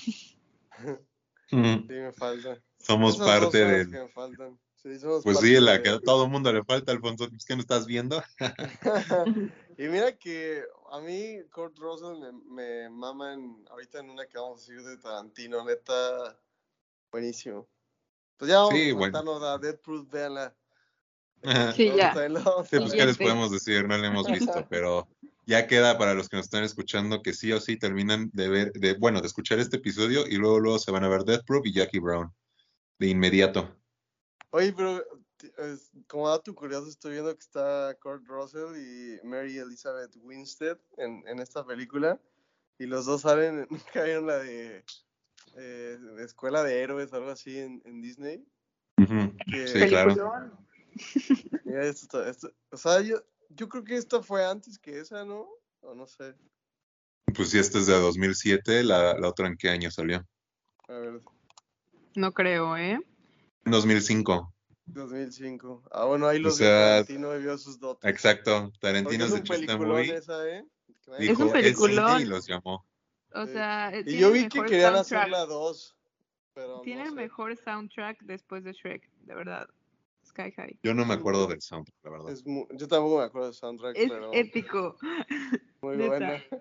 Mm, Sí, me falta. Somos Esas dos parte son las que del, me faltan. Sí, somos pues sí, parte la que de... a todo el mundo le falta, Alfonso, es que no estás viendo. Y mira que a mí Kurt Russell me mama ahorita en una que vamos a seguir de Tarantino, neta, buenísimo. Pues ya vamos Sí, a bueno. saltarnos a Death Proof, véanla. Sí, Nosotros ya. también lo vamos Sí, a pues, ¿qué les ver. Siguiente. podemos decir? No la hemos visto, pero ya queda para los que nos están escuchando que sí o sí terminan de ver, bueno, de escuchar este episodio y luego se van a ver Death Proof y Jackie Brown de inmediato. Oye, pero como dato curioso, estoy viendo que está Kurt Russell y Mary Elizabeth Winstead en esta película. Y los dos salen, nunca vieron la de Escuela de Héroes, algo así en Disney. Ujú. Sí, Que, claro. Peliculón. mira, o sea, yo creo que esta fue antes que esa, ¿no? O no sé. Pues sí, esta es de 2007, la otra en qué año salió. A ver, No creo, ¿eh? En 2005. 2005. Ah, bueno, ahí O los vio sea, Tarantino y vio sus dotes. exacto. Porque Tarantino es se un echó esta peliculón movie, esa, ¿eh? Que nadie Es se un dijo, la es pierda. cine y peliculón. los llamó. O Sí. sea, Y tiene yo el vi que mejor querían hacer soundtrack. la 2, pero Tiene no el sé. mejor soundtrack después de Shrek, de verdad. Sky High. Yo no me acuerdo del soundtrack, la verdad. Yo tampoco me acuerdo del soundtrack, Es pero épico. muy Neta. buena.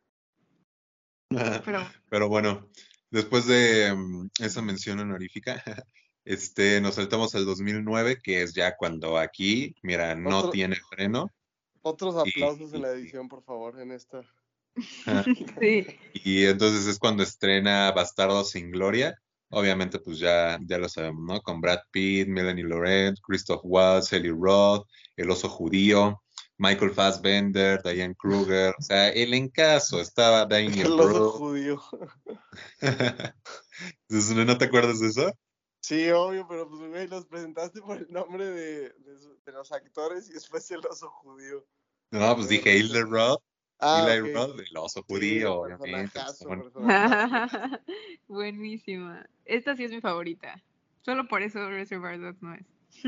Pero Pero bueno, después de esa mención honorífica, nos saltamos al 2009, que es ya cuando aquí, mira, no Otro, tiene freno. otros Y, aplausos en y- la edición, por favor, en esta. sí, y entonces es cuando estrena Bastardo sin Gloria. Obviamente, pues ya lo sabemos, ¿no? Con Brad Pitt, Melanie Laurent, Christoph Waltz, Eli Roth, El Oso Judío, Michael Fassbender, Diane Kruger. O sea, el encaso estaba Daniel El oso Brühl. judío. Entonces, ¿no te acuerdas de eso? Sí, obvio, pero pues, güey, los presentaste por el nombre de los actores y después el oso judío. No, pues Me dio dije risa. Eli Roth, Ah, Eli ok. Roth, el oso Sí, judío, obviamente. Pues, personajazo, bueno. personajazo. buenísima. Esta sí es mi favorita. Solo por eso Reservoir Dogs no es.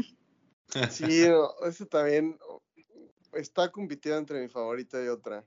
Sí, no, ese también está compitiendo entre mi favorita y otra.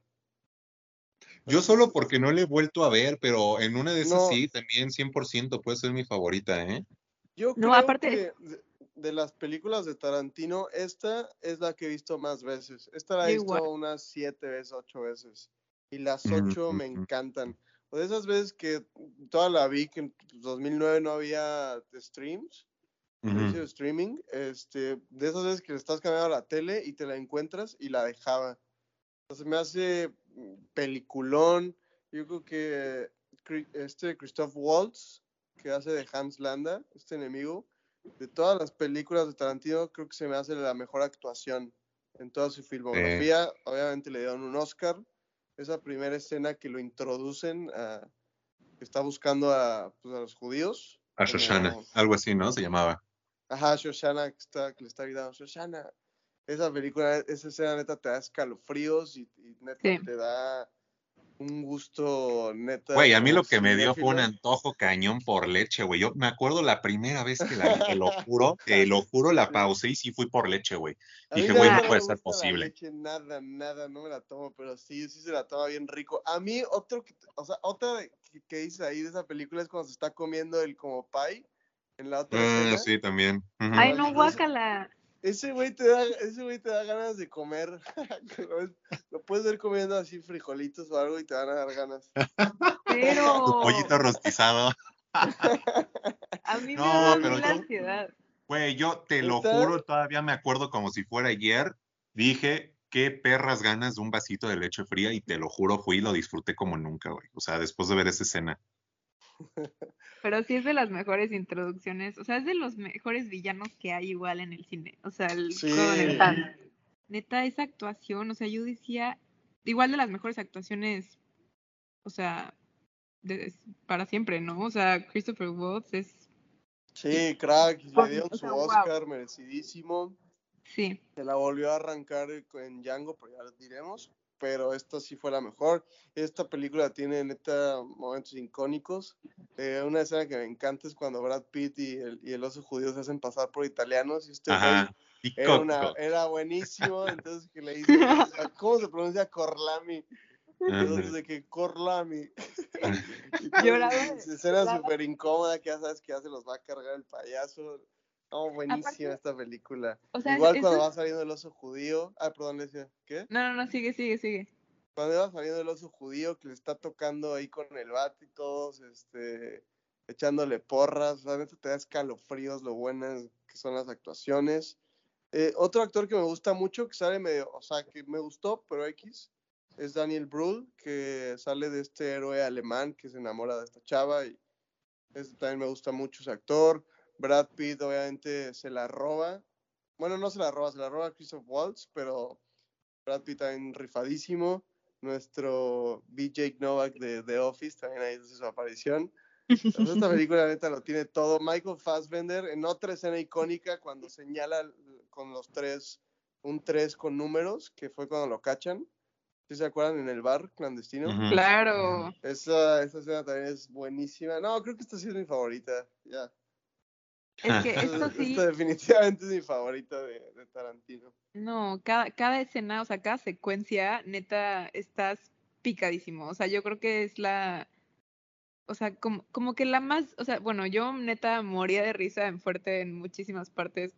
Yo Pero sí, solo porque no le he vuelto a ver, pero en una de esas no, sí, también 100% puede ser mi favorita, ¿eh? yo No, creo aparte, que de las películas de Tarantino, esta es la que he visto más veces. Esta la he yo igual. visto unas 7 veces, 8 veces. Y las Mm, 8 me mm, encantan. O de esas veces que toda la vi, que en 2009 no había streams, servicio de mm. streaming, de esas veces que le estás cambiando a la tele y te la encuentras y la dejaba. Entonces me hace peliculón. Yo creo que Christoph Waltz, que hace de Hans Landa, este enemigo, de todas las películas de Tarantino, creo que se me hace la mejor actuación en toda su Eh, filmografía. Obviamente le dieron un Oscar. Esa primera escena que lo introducen, que está buscando pues, a los judíos, a Shoshana, como, algo así, ¿no? Se llamaba. ajá, Shoshana, que le está gritando, Shoshana. Esa película, esa escena neta te da escalofríos y neta Sí. te da un gusto neta Güey, a mí como lo que me dio fue un cinéfilo. antojo cañón por leche, güey. Yo me acuerdo la primera vez que la vi, te lo juro, la Sí. pausé y sí fui por leche, güey. A mí Dije, la güey, no neta no puede me ser gusta la posible. leche, nada, nada, no me la tomo, pero sí, sí se la toma bien rico. A mí, o sea, otra que dice ahí de esa película es cuando se está comiendo el como pie en la otra Ah, escena. sí, también. Ay, Ujú. no, guácala. Ese güey te da ganas de comer. Lo puedes ver comiendo así frijolitos o algo y te van a dar ganas. Tu Pero pollito rostizado. a mí me da No, El- pero mil yo, ansiedad. güey, yo te lo ¿Neta? juro, todavía me acuerdo como si fuera ayer. Dije, qué perras ganas de un vasito de leche fría y te lo juro, fui y lo disfruté como nunca, güey. O sea, después de ver esa escena. Pero sí es de las mejores introducciones, o sea, es de los mejores villanos que hay igual en el cine. O sea, con el Sí, Thanos. Neta, esa actuación, o sea, yo decía, igual de las mejores actuaciones, o sea, para siempre, ¿no? O sea, Christopher Waltz es sí, crack. Le dieron o su sea, wow. Oscar merecidísimo. Sí. Se la volvió a arrancar en Django, pero ya lo diremos. Pero esta sí fue la mejor. Esta película tiene neta momentos icónicos. Una escena que me encanta es cuando Brad Pitt y el oso judío se hacen pasar por italianos y este güey Ajá. Picotto. era buenísimo. Entonces que le dice, ¿cómo se pronuncia Corlami? Entonces Ándale. de que Corlami. Y Lloraba, pues, escena lloraba. súper incómoda que ya sabes que ya se los va a cargar el payaso. No, buenísima Aparte, esta película. o sea, Igual eso cuando es... va saliendo el oso judío. Ah, perdón, le decía, ¿qué? No, no, no, sigue, sigue, sigue. Cuando va saliendo el oso judío que le está tocando ahí con el bat y todos, echándole porras. Realmente te da escalofríos lo buenas que son las actuaciones. Otro actor que me gusta mucho, que sale medio, o sea, que me gustó, pero X, es Daniel Brühl, que sale de este héroe alemán que se enamora de esta chava y también me gusta mucho ese actor. Brad Pitt obviamente se la roba. Bueno, no se la roba Christoph Waltz, pero Brad Pitt también rifadísimo. Nuestro B.J. Novak de The Office también ahí hace su aparición. Entonces, esta película neta lo tiene todo. Michael Fassbender en otra escena icónica cuando señala con los tres, un 3 con números, que fue cuando lo cachan. ¿Sí se acuerdan? En el bar clandestino. Ujú. Claro. Esa escena también es buenísima. No, creo que esta sí es mi favorita. Ya. Es que esto Esta sí, definitivamente es mi favorita de Tarantino. no, cada escena, o sea, cada secuencia, neta, estás picadísimo. O sea, yo creo que es la, o sea, como que la más, o sea, bueno, yo neta moría de risa en fuerte en muchísimas partes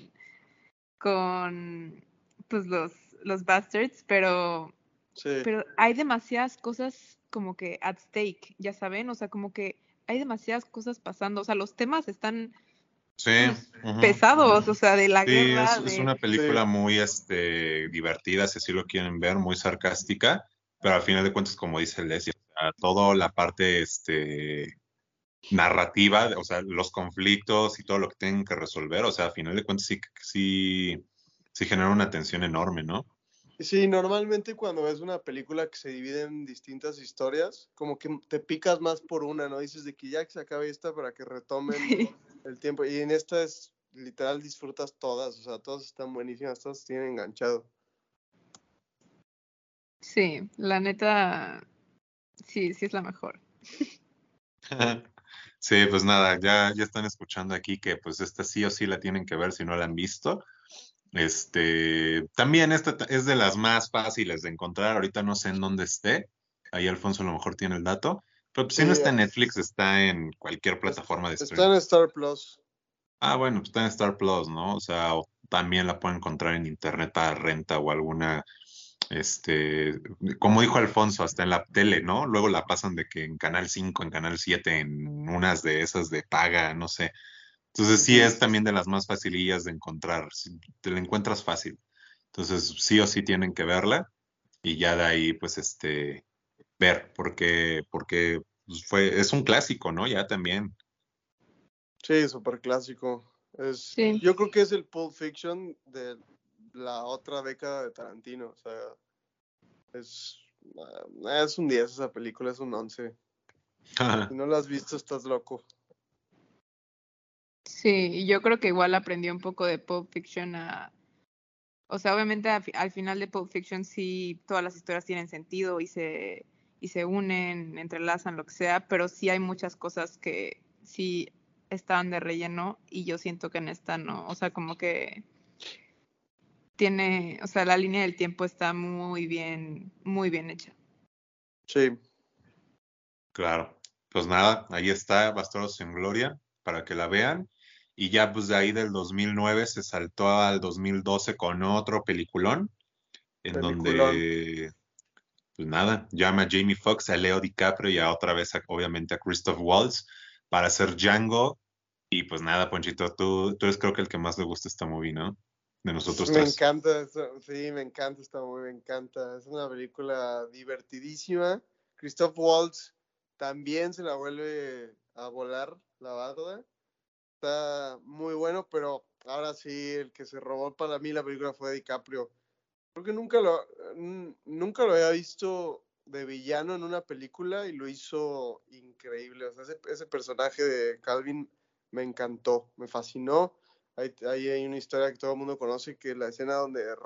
con, pues los Bastards, Sí, pero hay demasiadas cosas como que at stake, ya saben, o sea, como que hay demasiadas cosas pasando, o sea, los temas están, Sí, pues, ujú. pesados, o sea, de la Sí, guerra, es una sí, película muy divertida, si así lo quieren ver, muy sarcástica, pero al final de cuentas, como dice Leslie, o sea, toda la parte narrativa, o sea, los conflictos y todo lo que tienen que resolver, o sea, al final de cuentas sí genera una tensión enorme, ¿no? sí, normalmente cuando ves una película que se divide en distintas historias, como que te picas más por una, ¿no? Dices de que ya que se acabe esta para que retomen sí, el tiempo. Y en esta es literal disfrutas todas, o sea, todas están buenísimas, todas te tienen enganchado. sí, la neta, sí, sí es la mejor. Sí, pues nada, ya están escuchando aquí que pues esta sí o sí la tienen que ver si no la han visto. También esta es de las más fáciles de encontrar. Ahorita no sé en dónde esté. Ahí Alfonso a lo mejor tiene el dato. Pero pues, si no Sí, está en Netflix, está en cualquier es- plataforma de está streaming. en Star Plus. Ah, bueno, pues está en Star Plus, ¿no? O sea, también la pueden encontrar en internet para renta o alguna, como dijo Alfonso, hasta en la tele, ¿no? Luego la pasan de que en Canal 5, en Canal 7, en unas de esas de paga, no sé. Entonces sí Ujú. es también de las más facilillas de encontrar, te la encuentras fácil. Entonces sí o sí tienen que verla y ya de ahí pues ver, porque pues, es un clásico, ¿no? Ya también. Sí, súper clásico. Sí, Yo creo que es el Pulp Fiction de la otra década de Tarantino. O sea, es, es un 10 esa película, es un 11. Si no la has visto, estás loco. sí, y yo creo que igual aprendió un poco de Pulp Fiction o sea, obviamente al final de Pulp Fiction sí todas las historias tienen sentido y y se unen, entrelazan, lo que sea, pero sí hay muchas cosas que sí estaban de relleno y yo siento que en esta no, o sea, como que tiene, o sea, la línea del tiempo está muy bien hecha. Sí. Claro. Pues nada, ahí está Bastardos sin Gloria para que la vean. Y ya pues de ahí del 2009 se saltó al 2012 con otro peliculón, en Peliculón. donde, pues nada, llama a Jamie Foxx, a Leo DiCaprio y a otra vez, obviamente, a Christoph Waltz para hacer Django. Y pues nada, Ponchito, tú eres creo que el que más le gusta esta movie, ¿no? De nosotros Me tres. encanta, sí, me encanta esta movie, me encanta. Es una película divertidísima. Christoph Waltz también se la vuelve a volar la barda. Está muy bueno, pero ahora sí, el que se robó para mí la película fue DiCaprio. Creo que nunca lo había visto de villano en una película y lo hizo increíble. O sea, ese personaje de Calvin me encantó, me fascinó. Ahí hay una historia que todo el mundo conoce, que la escena donde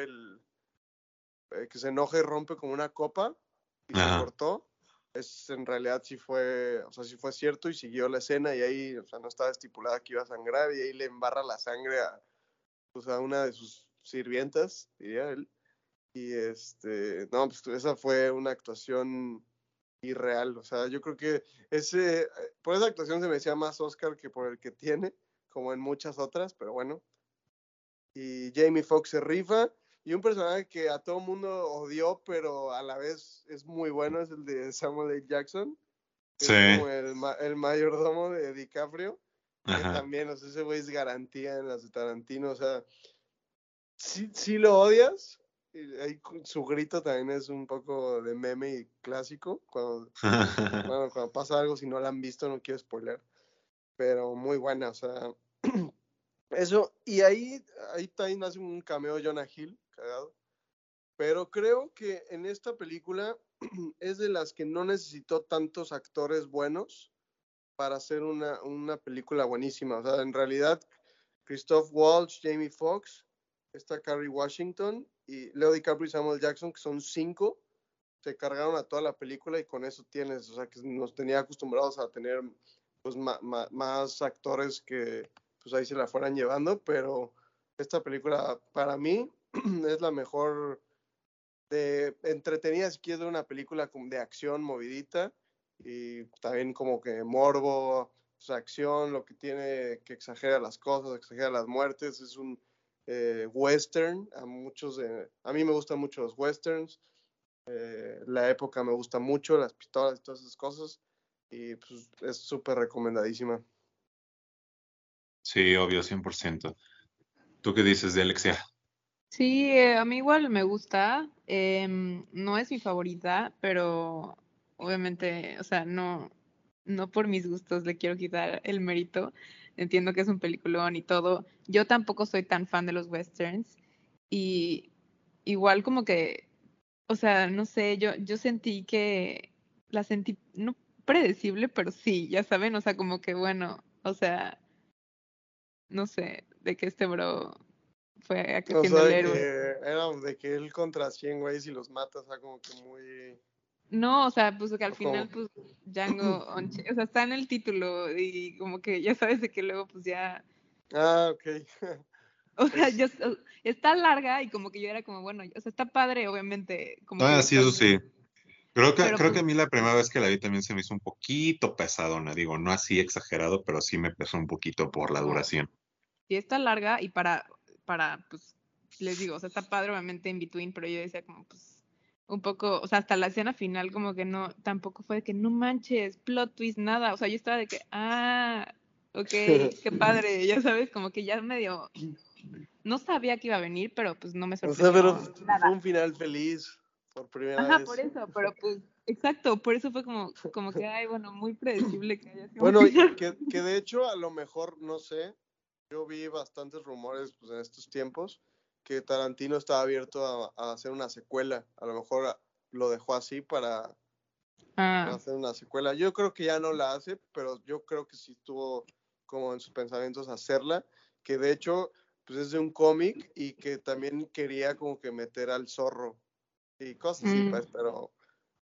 que se enoja y rompe como una copa y se Ajá. cortó, en realidad sí fue, o sea, sí fue cierto y siguió la escena y ahí, o sea, no estaba estipulada que iba a sangrar y ahí le embarra la sangre pues, a una de sus sirvientas, diría él. Y no, pues esa fue una actuación irreal. O sea, yo creo que por esa actuación se me decía más Oscar que por el que tiene, como en muchas otras, pero bueno. Y Jamie Foxx se rifa. Y un personaje que a todo mundo odió, pero a la vez es muy bueno, es el de Samuel L. Jackson, que Sí. es como el mayordomo de DiCaprio, que Ajá. también, o sea, ese güey es garantía en las de Tarantino. O sea, sí lo odias. Y ahí su grito también es un poco de meme y clásico. Cuando pasa algo, si no la han visto, no quiero spoiler. Pero muy buena, o sea. Eso, y ahí también hace un cameo Jonah Hill, cagado. Pero creo que en esta película es de las que no necesitó tantos actores buenos para hacer una película buenísima. O sea, en realidad, Christoph Waltz, Jamie Foxx, está Kerry Washington y Leo DiCaprio y Samuel Jackson, que son 5, se cargaron a toda la película y con eso tienes, o sea, que nos tenía acostumbrados a tener pues más actores que pues ahí se la fueran llevando, pero esta película para mí es la mejor entretenida si quieres ver una película de acción movidita y también como que morbo, pues, acción, lo que tiene que exagera las cosas, exagera las muertes, es un western, a mí me gustan mucho los westerns, la época me gusta mucho, las pistolas y todas esas cosas, y pues es súper recomendadísima. Sí, obvio, 100%. ¿Tú qué dices de Alexia? Sí, a mí igual me gusta. No es mi favorita, pero obviamente, o sea, no por mis gustos le quiero quitar el mérito. Entiendo que es un peliculón y todo. Yo tampoco soy tan fan de los westerns y igual como que, o sea, no sé, yo sentí que la sentí no predecible, pero sí, ya saben, o sea, como que bueno, o sea, no sé, de que este bro fue acá O siendo sea, el de que héroe. era de que él contra 100 güeyes y los mata, o sea, como que muy... No, o sea, pues que al O como... final, pues Django, o sea, está en el título y como que ya sabes de que luego, pues ya, Ah, ok. o sea, Es, está larga y como que yo era como, bueno, o sea, está padre, obviamente, como que Ah, ya sí, eso estás, sí. pero Creo que pues a mí la primera vez que la vi también se me hizo un poquito pesadona. Digo, no así exagerado, pero sí me pesó un poquito por la no, duración. sí está larga y pues, les digo, o sea, está padre, obviamente, in between, pero yo decía como, pues, un poco, o sea, hasta la escena final como que no, tampoco fue de que no manches, plot twist, nada, o sea, yo estaba de que, ok, qué padre, ya sabes, como que ya medio, no sabía que iba a venir, pero pues no me o sea, pero sorprendió fue nada. un final feliz por primera Ajá, por vez. eso, pero pues, exacto, por eso fue como que, ay, bueno, muy predecible que haya sido un Bueno, y final. que de hecho a lo mejor, no sé, yo vi bastantes rumores pues, en estos tiempos que Tarantino estaba abierto a hacer una secuela. A lo mejor lo dejó así para Ah, hacer una secuela. Yo creo que ya no la hace, pero yo creo que sí estuvo como en sus pensamientos hacerla, que de hecho pues es de un cómic y que también quería como que meter al zorro y cosas así, mm. pues, pero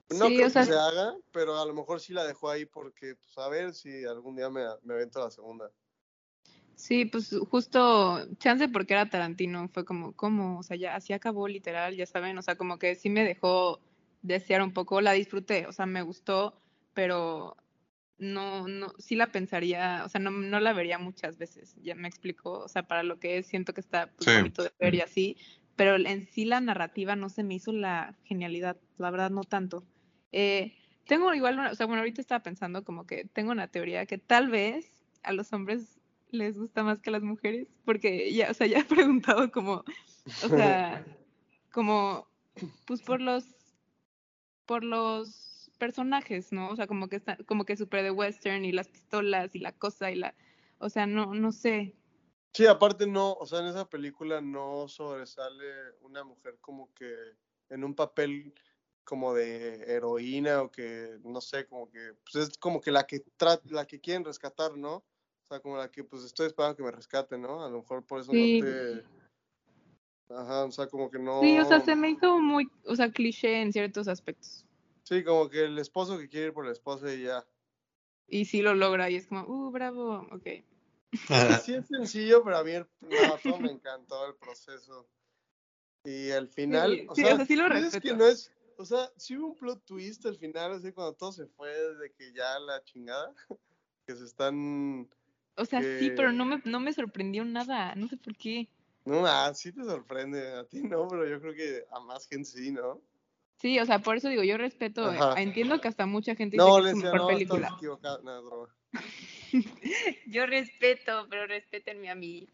No Sí, creo o sea, que se haga, pero a lo mejor sí la dejó ahí porque, pues, a ver si algún día me avento la segunda. sí, pues justo chance porque era Tarantino, fue como, ¿cómo? O sea, ya así acabó literal, ya saben, o sea, como que sí me dejó desear un poco, la disfruté, o sea, me gustó, pero sí la pensaría, o sea, no la vería muchas veces, ya me explico, o sea, para lo que es, siento que está pues Sí, bonito de ver y así, pero en sí la narrativa no se me hizo la genialidad, la verdad no tanto. Tengo igual, o sea, bueno, ahorita estaba pensando como que tengo una teoría que tal vez a los hombres les gusta más que a las mujeres, porque ya, o sea, ya he preguntado como, o sea, como, pues por los personajes, ¿no? O sea, como que está, como que súper de western y las pistolas y la cosa y la, o sea, no sé. Sí, aparte no, o sea, en esa película no sobresale una mujer como que en un papel como de heroína o que, no sé, como que, pues es como que la que quieren rescatar, ¿no? O sea, como la que, pues estoy esperando que me rescate, ¿no? A lo mejor por eso no Sí, te, ajá, o sea, como que sí, o sea, no, se me hizo muy, o sea, cliché en ciertos aspectos. sí, como que el esposo que quiere ir por la esposa y ya. Y sí lo logra y es como, bravo, ok. Sí, sí es sencillo, pero a mí, no, todo me encantó el proceso. Y al final, Sí, o sí, o sea, sea, sí lo pues es que respeto. no es, o sea, sí hubo un plot twist al final, así cuando todo se fue, de que ya la chingada, que se están, O sea, sí, pero que, no me sorprendió nada, no sé por qué. no, sí te sorprende, a ti no, pero yo creo que a más gente sí, ¿no? Sí, o sea, por eso digo, yo respeto, Ajá. entiendo que hasta mucha gente dice No, que es su Lencia, mejor no, estás película. equivocada, no, es broma. Yo respeto, pero respétenme a mí.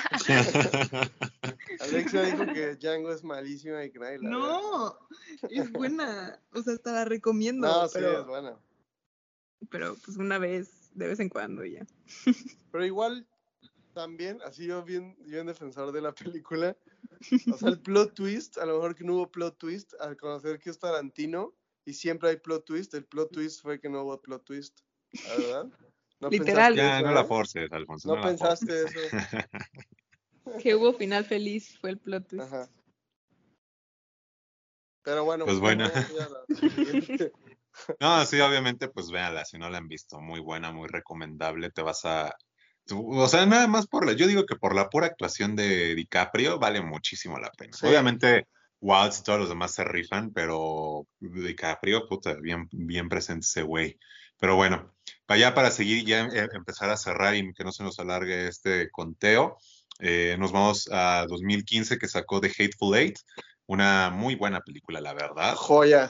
Alexia dijo que Django es malísima y que nadie la vea. No, es buena, o sea, hasta la recomiendo, No, sí, es buena. pero pues una vez, de vez en cuando y ya. Pero igual, también, así yo en defensor de la película, o sea, el plot twist, a lo mejor que no hubo plot twist, al conocer que es Tarantino y siempre hay plot twist, el plot twist fue que no hubo plot twist, ¿la verdad? ¿No Literal, pensaste Ya, eso, no la eh? forces, Alfonso, no ¿No la pensaste forces. eso? que hubo final feliz fue el plot twist. Ajá. Pero bueno, Pues pues bueno. pasemos ya a la siguiente. No, sí, obviamente, pues véanla, si no la han visto, muy buena, muy recomendable, o sea, nada más yo digo que por la pura actuación de DiCaprio vale muchísimo la pena. Sí, Obviamente, Waltz y todos los demás se rifan, pero DiCaprio, puta, bien, bien presente ese güey. Pero bueno, para seguir ya empezar a cerrar y que no se nos alargue este conteo, nos vamos a 2015 que sacó The Hateful Eight, una muy buena película, la verdad. joya.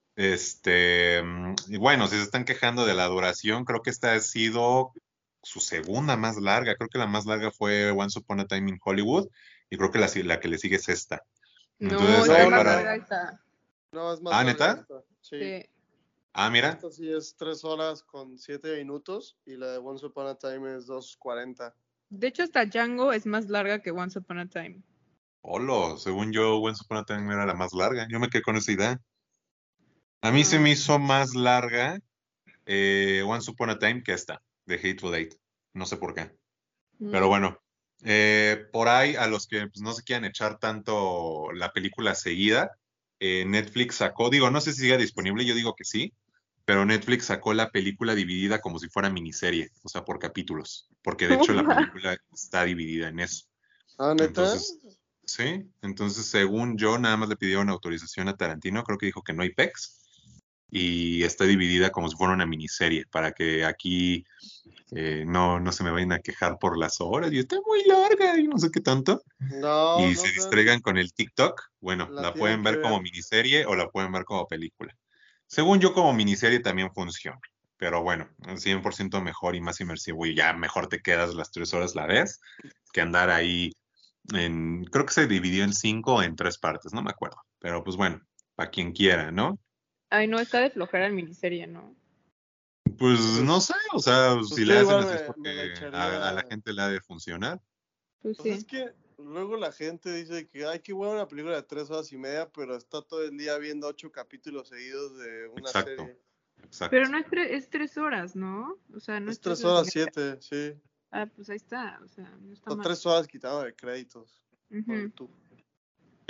Y bueno, si se están quejando de la duración, creo que esta ha sido su segunda más larga. Creo que la más larga fue Once Upon a Time in Hollywood y creo que la que le sigue es esta. No, Entonces está ahí No, más no, para... larga no. esta. No, es más Ah, larga ¿neta? esta. Sí. Sí. Ah, mira. Esta sí es 3 horas con 7 minutos y la de Once Upon a Time es 2:40. De hecho, hasta Django es más larga que Once Upon a Time. Hola, según yo, Once Upon a Time era la más larga. Yo me quedé con esa idea. A mí se No. me hizo más larga Once Upon a Time que esta, de Hateful Eight. No sé por qué. Pero Mm. bueno, por ahí a los que pues, no se quieran echar tanto la película seguida, Netflix sacó, digo, no sé si sigue disponible, yo digo que sí, pero Netflix sacó la película dividida como si fuera miniserie, o sea, por capítulos, porque de hecho la película está dividida en eso. Ah, ¿neta? Entonces, sí, entonces según yo, nada más le pidieron autorización a Tarantino, creo que dijo que no hay pex, y está dividida como si fuera una miniserie, para que aquí no se me vayan a quejar por las horas y está muy larga y no sé qué tanto. No, Y no se sean, distraigan con el TikTok, bueno, la la tienen pueden que ver como ver. miniserie o la pueden ver como película. Según yo, como miniserie también funciona. Pero bueno, 100% mejor y más inmersivo. Y ya mejor te quedas las 3 horas la vez que andar ahí creo que se dividió en 5 o en 3 partes, no me acuerdo. Pero pues bueno, para quien quiera, ¿no? Ay, no, está de flojera en miniserie, ¿no? Pues no Pues, sé, o sea, pues si le yo hacen igual así es me la porque a la echaría. gente le ha de funcionar. Pues Pues es sí. que luego la gente dice que, ay, qué buena una película de 3 horas y media, pero está todo el día viendo 8 capítulos seguidos de una Exacto, serie. Pero exacto. no es 3 horas, ¿no? O sea, no es Es tres tres horas y horas media. siete, sí. Ah, pues ahí está, o sea, no está Está mal. 3 horas quitado de créditos. Ponle Ujú. tú.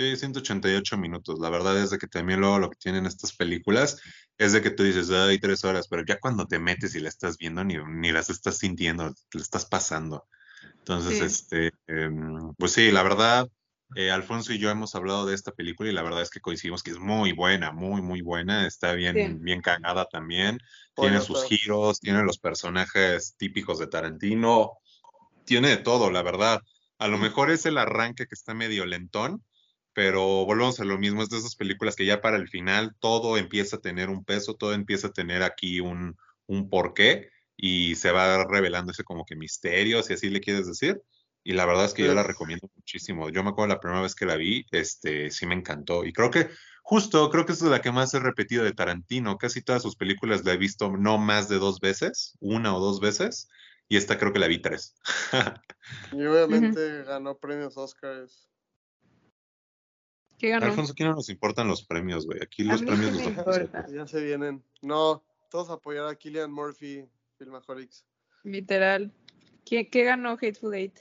Sí, 188 minutos. La verdad es de que también luego lo que tienen estas películas es de que tú dices, ay, 3 horas, pero ya cuando te metes y la estás viendo, ni las estás sintiendo, le estás pasando. Entonces, Sí, pues sí, la verdad, Alfonso y yo hemos hablado de esta película y la verdad es que coincidimos que es muy buena, muy, muy buena. Está sí. bien, bien cagada también. Tiene sus Joyota. giros, tiene los personajes típicos de Tarantino, tiene de todo, la verdad. A lo mejor es el arranque que está medio lentón, pero volvemos a lo mismo, es de esas películas que ya para el final todo empieza a tener un peso, todo empieza a tener aquí un porqué y se va revelando ese como que misterio, si así le quieres decir. Y la verdad es que yo la Sí. recomiendo muchísimo. Yo me acuerdo la primera vez que la vi, sí me encantó. Y creo que es la que más he repetido de Tarantino. Casi todas sus películas la he visto no más de 2 veces, una o 2 veces, y esta creo que la vi 3. Y Ujú. obviamente ganó premios Oscars. ¿Qué ganó? Alfonso, aquí no nos importan los premios, güey. Aquí A los mí sí premios los me damos importa, nosotros. Ya se vienen. No, todos apoyar a Cillian Murphy, Filmaholics. literal. ¿Qué ganó Hateful Eight?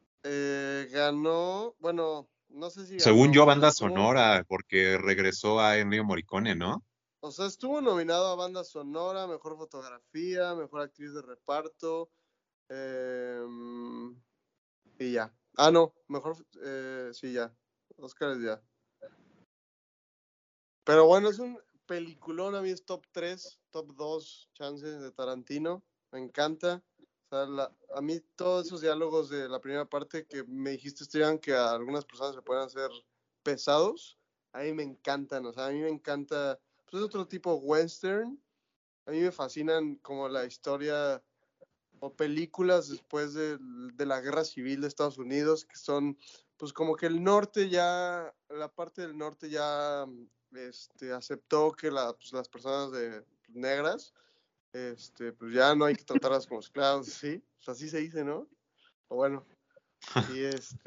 Ganó, bueno, no sé si Según ganó, yo, pero banda estuvo, sonora, porque regresó a Ennio Morricone, ¿no? o sea, estuvo nominado a banda sonora, mejor fotografía, mejor actriz de reparto, em, y ya. Ah, no, mejor, sí, ya. Oscars ya. Pero bueno, es un peliculón, a mí es top 3, top 2 chances de Tarantino. Me encanta. O sea, a mí todos esos diálogos de la primera parte que me dijiste, Esteban, que a algunas personas se pueden hacer pesados, a mí me encantan. O sea, a mí me encanta, pues es otro tipo western. A mí me fascinan como la historia o películas después de la guerra civil de Estados Unidos, que son, pues como que el norte ya, la parte del norte ya aceptó que pues, las personas negras, pues ya no hay que tratarlas como esclavos, ¿sí? Pues así se dice, ¿no? O bueno, y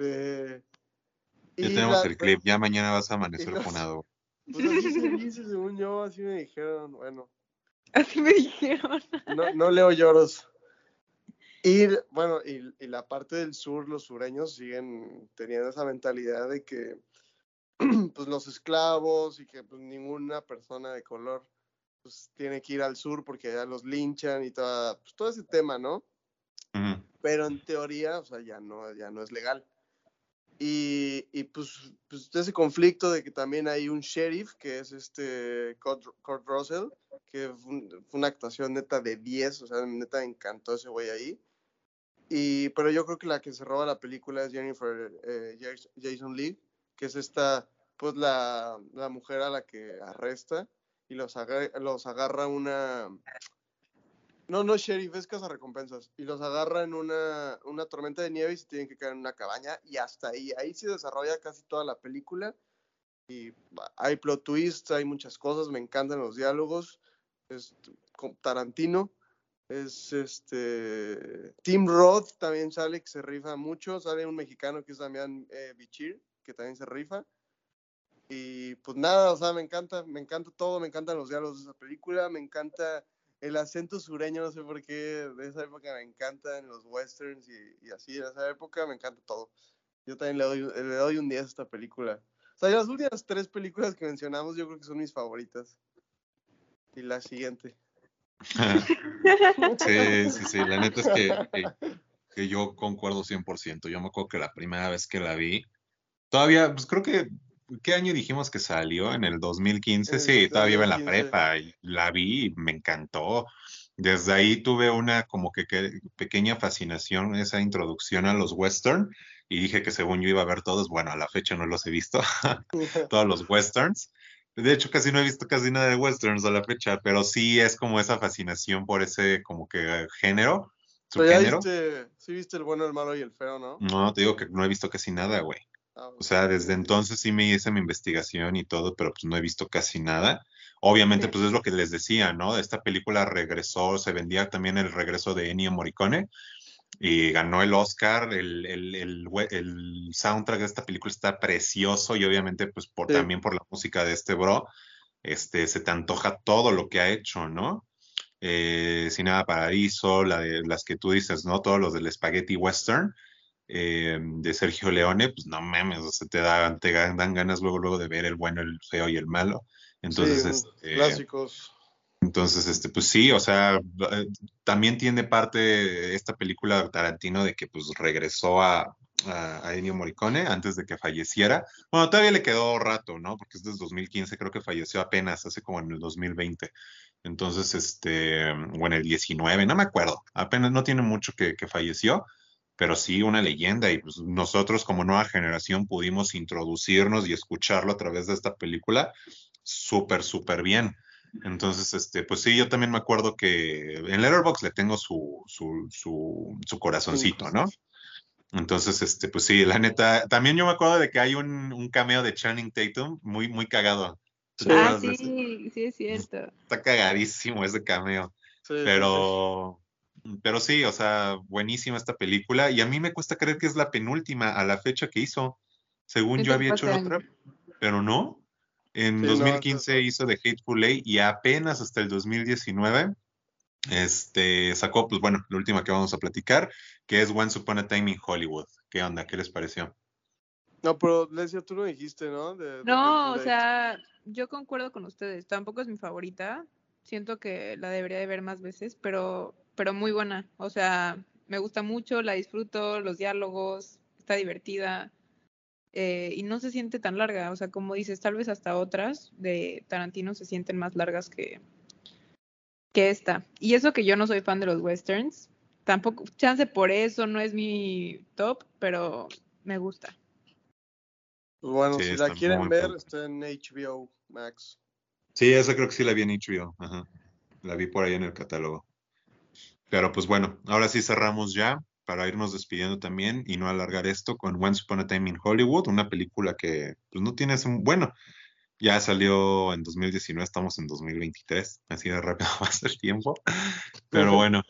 Ya y tenemos la, el clip, ya mañana vas a y amanecer los, funado. pues así se dice, según yo, así me dijeron, bueno, Así me dijeron. no, no leo lloros. Y bueno, y la parte del sur, los sureños siguen teniendo esa mentalidad de que pues los esclavos y que pues ninguna persona de color pues tiene que ir al sur porque allá los linchan y pues, todo ese tema, ¿no? Ujú. Pero en teoría, o sea, ya no es legal. Y pues ese conflicto de que también hay un sheriff, que es Kurt Russell, que fue una actuación neta de 10, o sea, neta me encantó ese güey ahí. Pero yo creo que la que se roba la película es Jennifer Jason Leigh, que es pues la mujer a la que arresta y los agarra una... No, no, sheriff, es cazarrecompensas. Y los agarra en una tormenta de nieve y se tienen que quedar en una cabaña y hasta ahí. Ahí se desarrolla casi toda la película y hay plot twists, hay muchas cosas, me encantan los diálogos. Es con Tarantino. Es Tim Roth también sale, que se rifa mucho. Sale un mexicano que es Damián Bichir, que también se rifa. Y pues nada, o sea, me encanta todo, me encantan los diálogos de esa película, me encanta el acento sureño, no sé por qué, de esa época me encantan los westerns y así, de esa época me encanta todo. Yo también le doy un 10 a esta película. O sea, las últimas 3 películas que mencionamos yo creo que son mis favoritas. Y la siguiente. Sí, sí, sí, la neta es que yo concuerdo 100%. Yo me acuerdo que la primera vez que la vi, todavía, pues creo que, ¿qué año dijimos que salió? En el 2015, En el sí, todavía iba en la 2015. prepa y la vi y me encantó. Desde ahí tuve una como que pequeña fascinación, esa introducción a los western, y dije que según yo iba a ver todos, bueno, a la fecha no los he visto, todos los westerns. De hecho, casi no he visto casi nada de westerns a la fecha, pero sí es como esa fascinación por ese como que género, Pero ya subgénero. sí viste el bueno, el malo y el feo, ¿no? No, te digo que no he visto casi nada, güey. Ah, O ok, sea, ok, desde ok. entonces sí me hice mi investigación y todo, pero pues no he visto casi nada. Obviamente, Sí, pues es lo que les decía, ¿no? Esta película regresó, se vendía también el regreso de Ennio Morricone y ganó el Oscar. El soundtrack de esta película está precioso y obviamente, pues Sí, también por la música de este bro, se te antoja todo lo que ha hecho, ¿no? Sin nada Paradiso, las que tú dices, ¿no? Todos los del Spaghetti Western. de Sergio Leone, pues no mames, o sea, dan ganas luego de ver el bueno, el feo y el malo. Entonces, sí, clásicos. Entonces, pues sí, o sea, también tiene parte esta película de Tarantino de que pues regresó a Ennio Morricone antes de que falleciera. Bueno, todavía le quedó rato, ¿no? Porque es desde 2015, creo que falleció apenas, hace como en el 2020. Entonces, o en el 19, no me acuerdo, apenas no tiene mucho que falleció, pero sí una leyenda y pues nosotros como nueva generación pudimos introducirnos y escucharlo a través de esta película súper, súper bien. Entonces, pues sí, yo también me acuerdo que en Letterboxd le tengo su corazoncito, ¿no? Entonces, pues sí, la neta, también yo me acuerdo de que hay un cameo de Channing Tatum muy, muy cagado. ¿Tú te acuerdas de eso? Sí, sí es cierto. Está cagadísimo ese cameo. Sí, sí, sí. Pero sí, o sea, buenísima esta película. Y a mí me cuesta creer que es la penúltima a la fecha que hizo. Según yo Siento que había fue hecho este otra, año. pero no. En Sí, no, 2015 hizo The Hateful Eight y apenas hasta el 2019 sacó, pues bueno, la última que vamos a platicar, que es Once Upon a Time in Hollywood. ¿Qué onda? ¿Qué les pareció? No, pero Lesia, tú no dijiste, ¿no? De No, Hateful o Eight. sea, yo concuerdo con ustedes. Tampoco es mi favorita. Siento que la debería de ver más veces, pero muy buena. O sea, me gusta mucho, la disfruto, los diálogos, está divertida y no se siente tan larga. O sea, como dices, tal vez hasta otras de Tarantino se sienten más largas que esta. Y eso que yo no soy fan de los westerns, tampoco, chance por eso no es mi top, pero me gusta. Pues bueno, Sí, si la está quieren muy ver, padre. está en HBO Max. Sí, esa creo que sí la vi en HBO. Ajá. La vi por ahí en el catálogo. Pero pues bueno, ahora sí cerramos ya para irnos despidiendo también y no alargar esto con Once Upon a Time in Hollywood, una película que pues no tiene, bueno, ya salió en 2019, estamos en 2023, así de rápido pasa el tiempo. Pero bueno,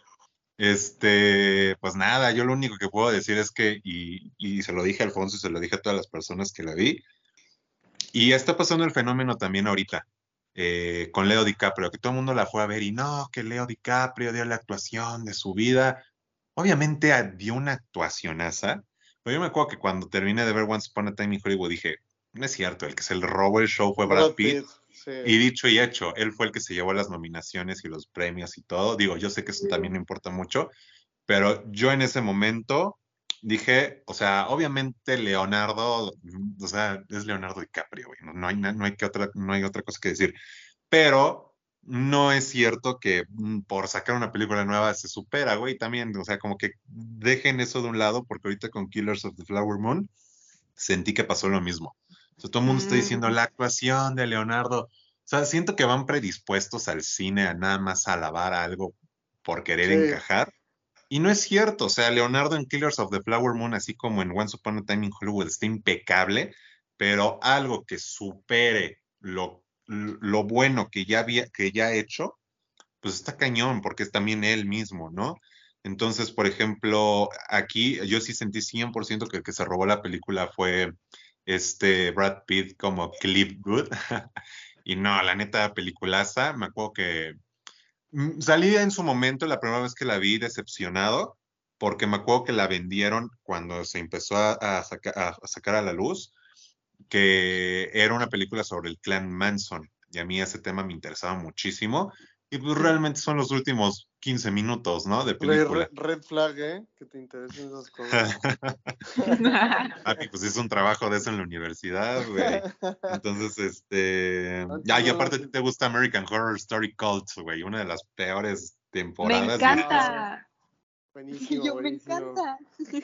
pues nada, yo lo único que puedo decir es que, y se lo dije a Alfonso y se lo dije a todas las personas que la vi, y está pasando el fenómeno también ahorita, con Leo DiCaprio, que todo el mundo la fue a ver y no, que Leo DiCaprio dio la actuación de su vida. Obviamente dio una actuacionaza, pero yo me acuerdo que cuando terminé de ver Once Upon a Time in Hollywood dije, no es cierto, el que se le robó el show fue Brad Brad Pitt. Pitt, sí. Y dicho y hecho, él fue el que se llevó las nominaciones y los premios y todo. Digo, yo sé que eso también no importa mucho, pero yo en ese momento dije, o sea, obviamente Leonardo, o sea, es Leonardo DiCaprio, güey, no hay otra cosa que decir. Pero no es cierto que por sacar una película nueva se supera, güey, también, o sea, como que dejen eso de un lado, porque ahorita con Killers of the Flower Moon sentí que pasó lo mismo. O sea, todo el mundo está diciendo la actuación de Leonardo. O sea, siento que van predispuestos al cine a nada más alabar algo por querer Sí, encajar. Y no es cierto, o sea, Leonardo en Killers of the Flower Moon, así como en Once Upon a Time in Hollywood, está impecable, pero algo que supere lo bueno que ya ha hecho, pues está cañón, porque es también él mismo, ¿no? Entonces, por ejemplo, aquí yo sí sentí 100% que el que se robó la película fue Brad Pitt como Cliff Good. Y no, la neta, peliculaza, me acuerdo que salí en su momento, la primera vez que la vi, decepcionado, porque me acuerdo que la vendieron cuando se empezó a sacar a la luz, que era una película sobre el clan Manson, y a mí ese tema me interesaba muchísimo, y pues realmente son los últimos 15 minutos, ¿no? De película. red flag, ¿eh? Que te interesen esas cosas. Papi, pues hice un trabajo de eso en la universidad, güey. Entonces, Antes y no aparte las... a ti te gusta American Horror Story Cult, güey, una de las peores Me temporadas y episodios. encanta. Buenísimo, Yo me buenísimo. encanta.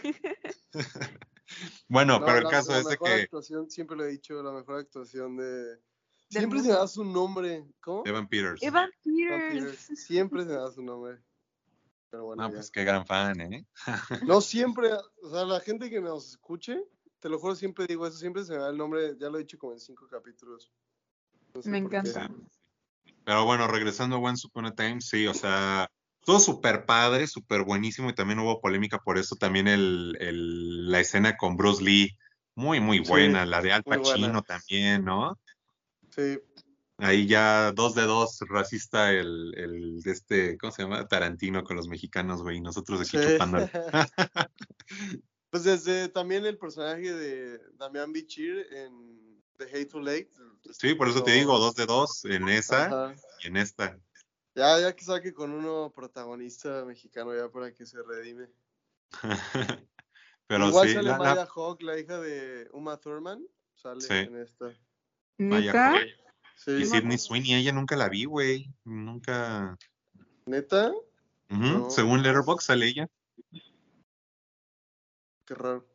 Bueno, No, pero el caso la es de mejor que actuación, siempre lo he dicho, la mejor actuación de... Del Siempre se me da mundo. su nombre. ¿Cómo? Evan Peters. Evan Evan Peters. Peters. Siempre se me da su nombre. Pero bueno, No, ya. pues qué gran fan, ¿eh? No siempre, o sea, la gente que nos escuche, te lo juro, siempre digo eso, siempre se me da el nombre, ya lo he dicho como en 5 capítulos. No sé Me por qué. Sí. encanta. Pero bueno, regresando a Once Upon a Time, sí, o sea, todo súper padre, súper buenísimo y también hubo polémica por eso, también la escena con Bruce Lee, muy, muy Sí, buena, la de Al muy buena. Pacino también, ¿no? Sí. Ahí ya 2 de 2, racista de ¿cómo se llama? Tarantino con los mexicanos, güey, y nosotros aquí Sí. chupándole. Pues desde también el personaje de Damián Bichir en The Hateful Eight. Sí, por eso te digo, 2 de 2 en esa Ajá. y en esta. Ya que saque con uno protagonista mexicano ya para que se redime. Pero Igual sí, sale Maya Hawke, la hija de Uma Thurman, sale sí, en esta. Maya ¿Neta? Hawke. Y Sí. No me Sydney acuerdo. Sweeney, ella nunca la vi, güey. Nunca. ¿Neta? Ujú, No, según Letterboxd sale ella. qué raro.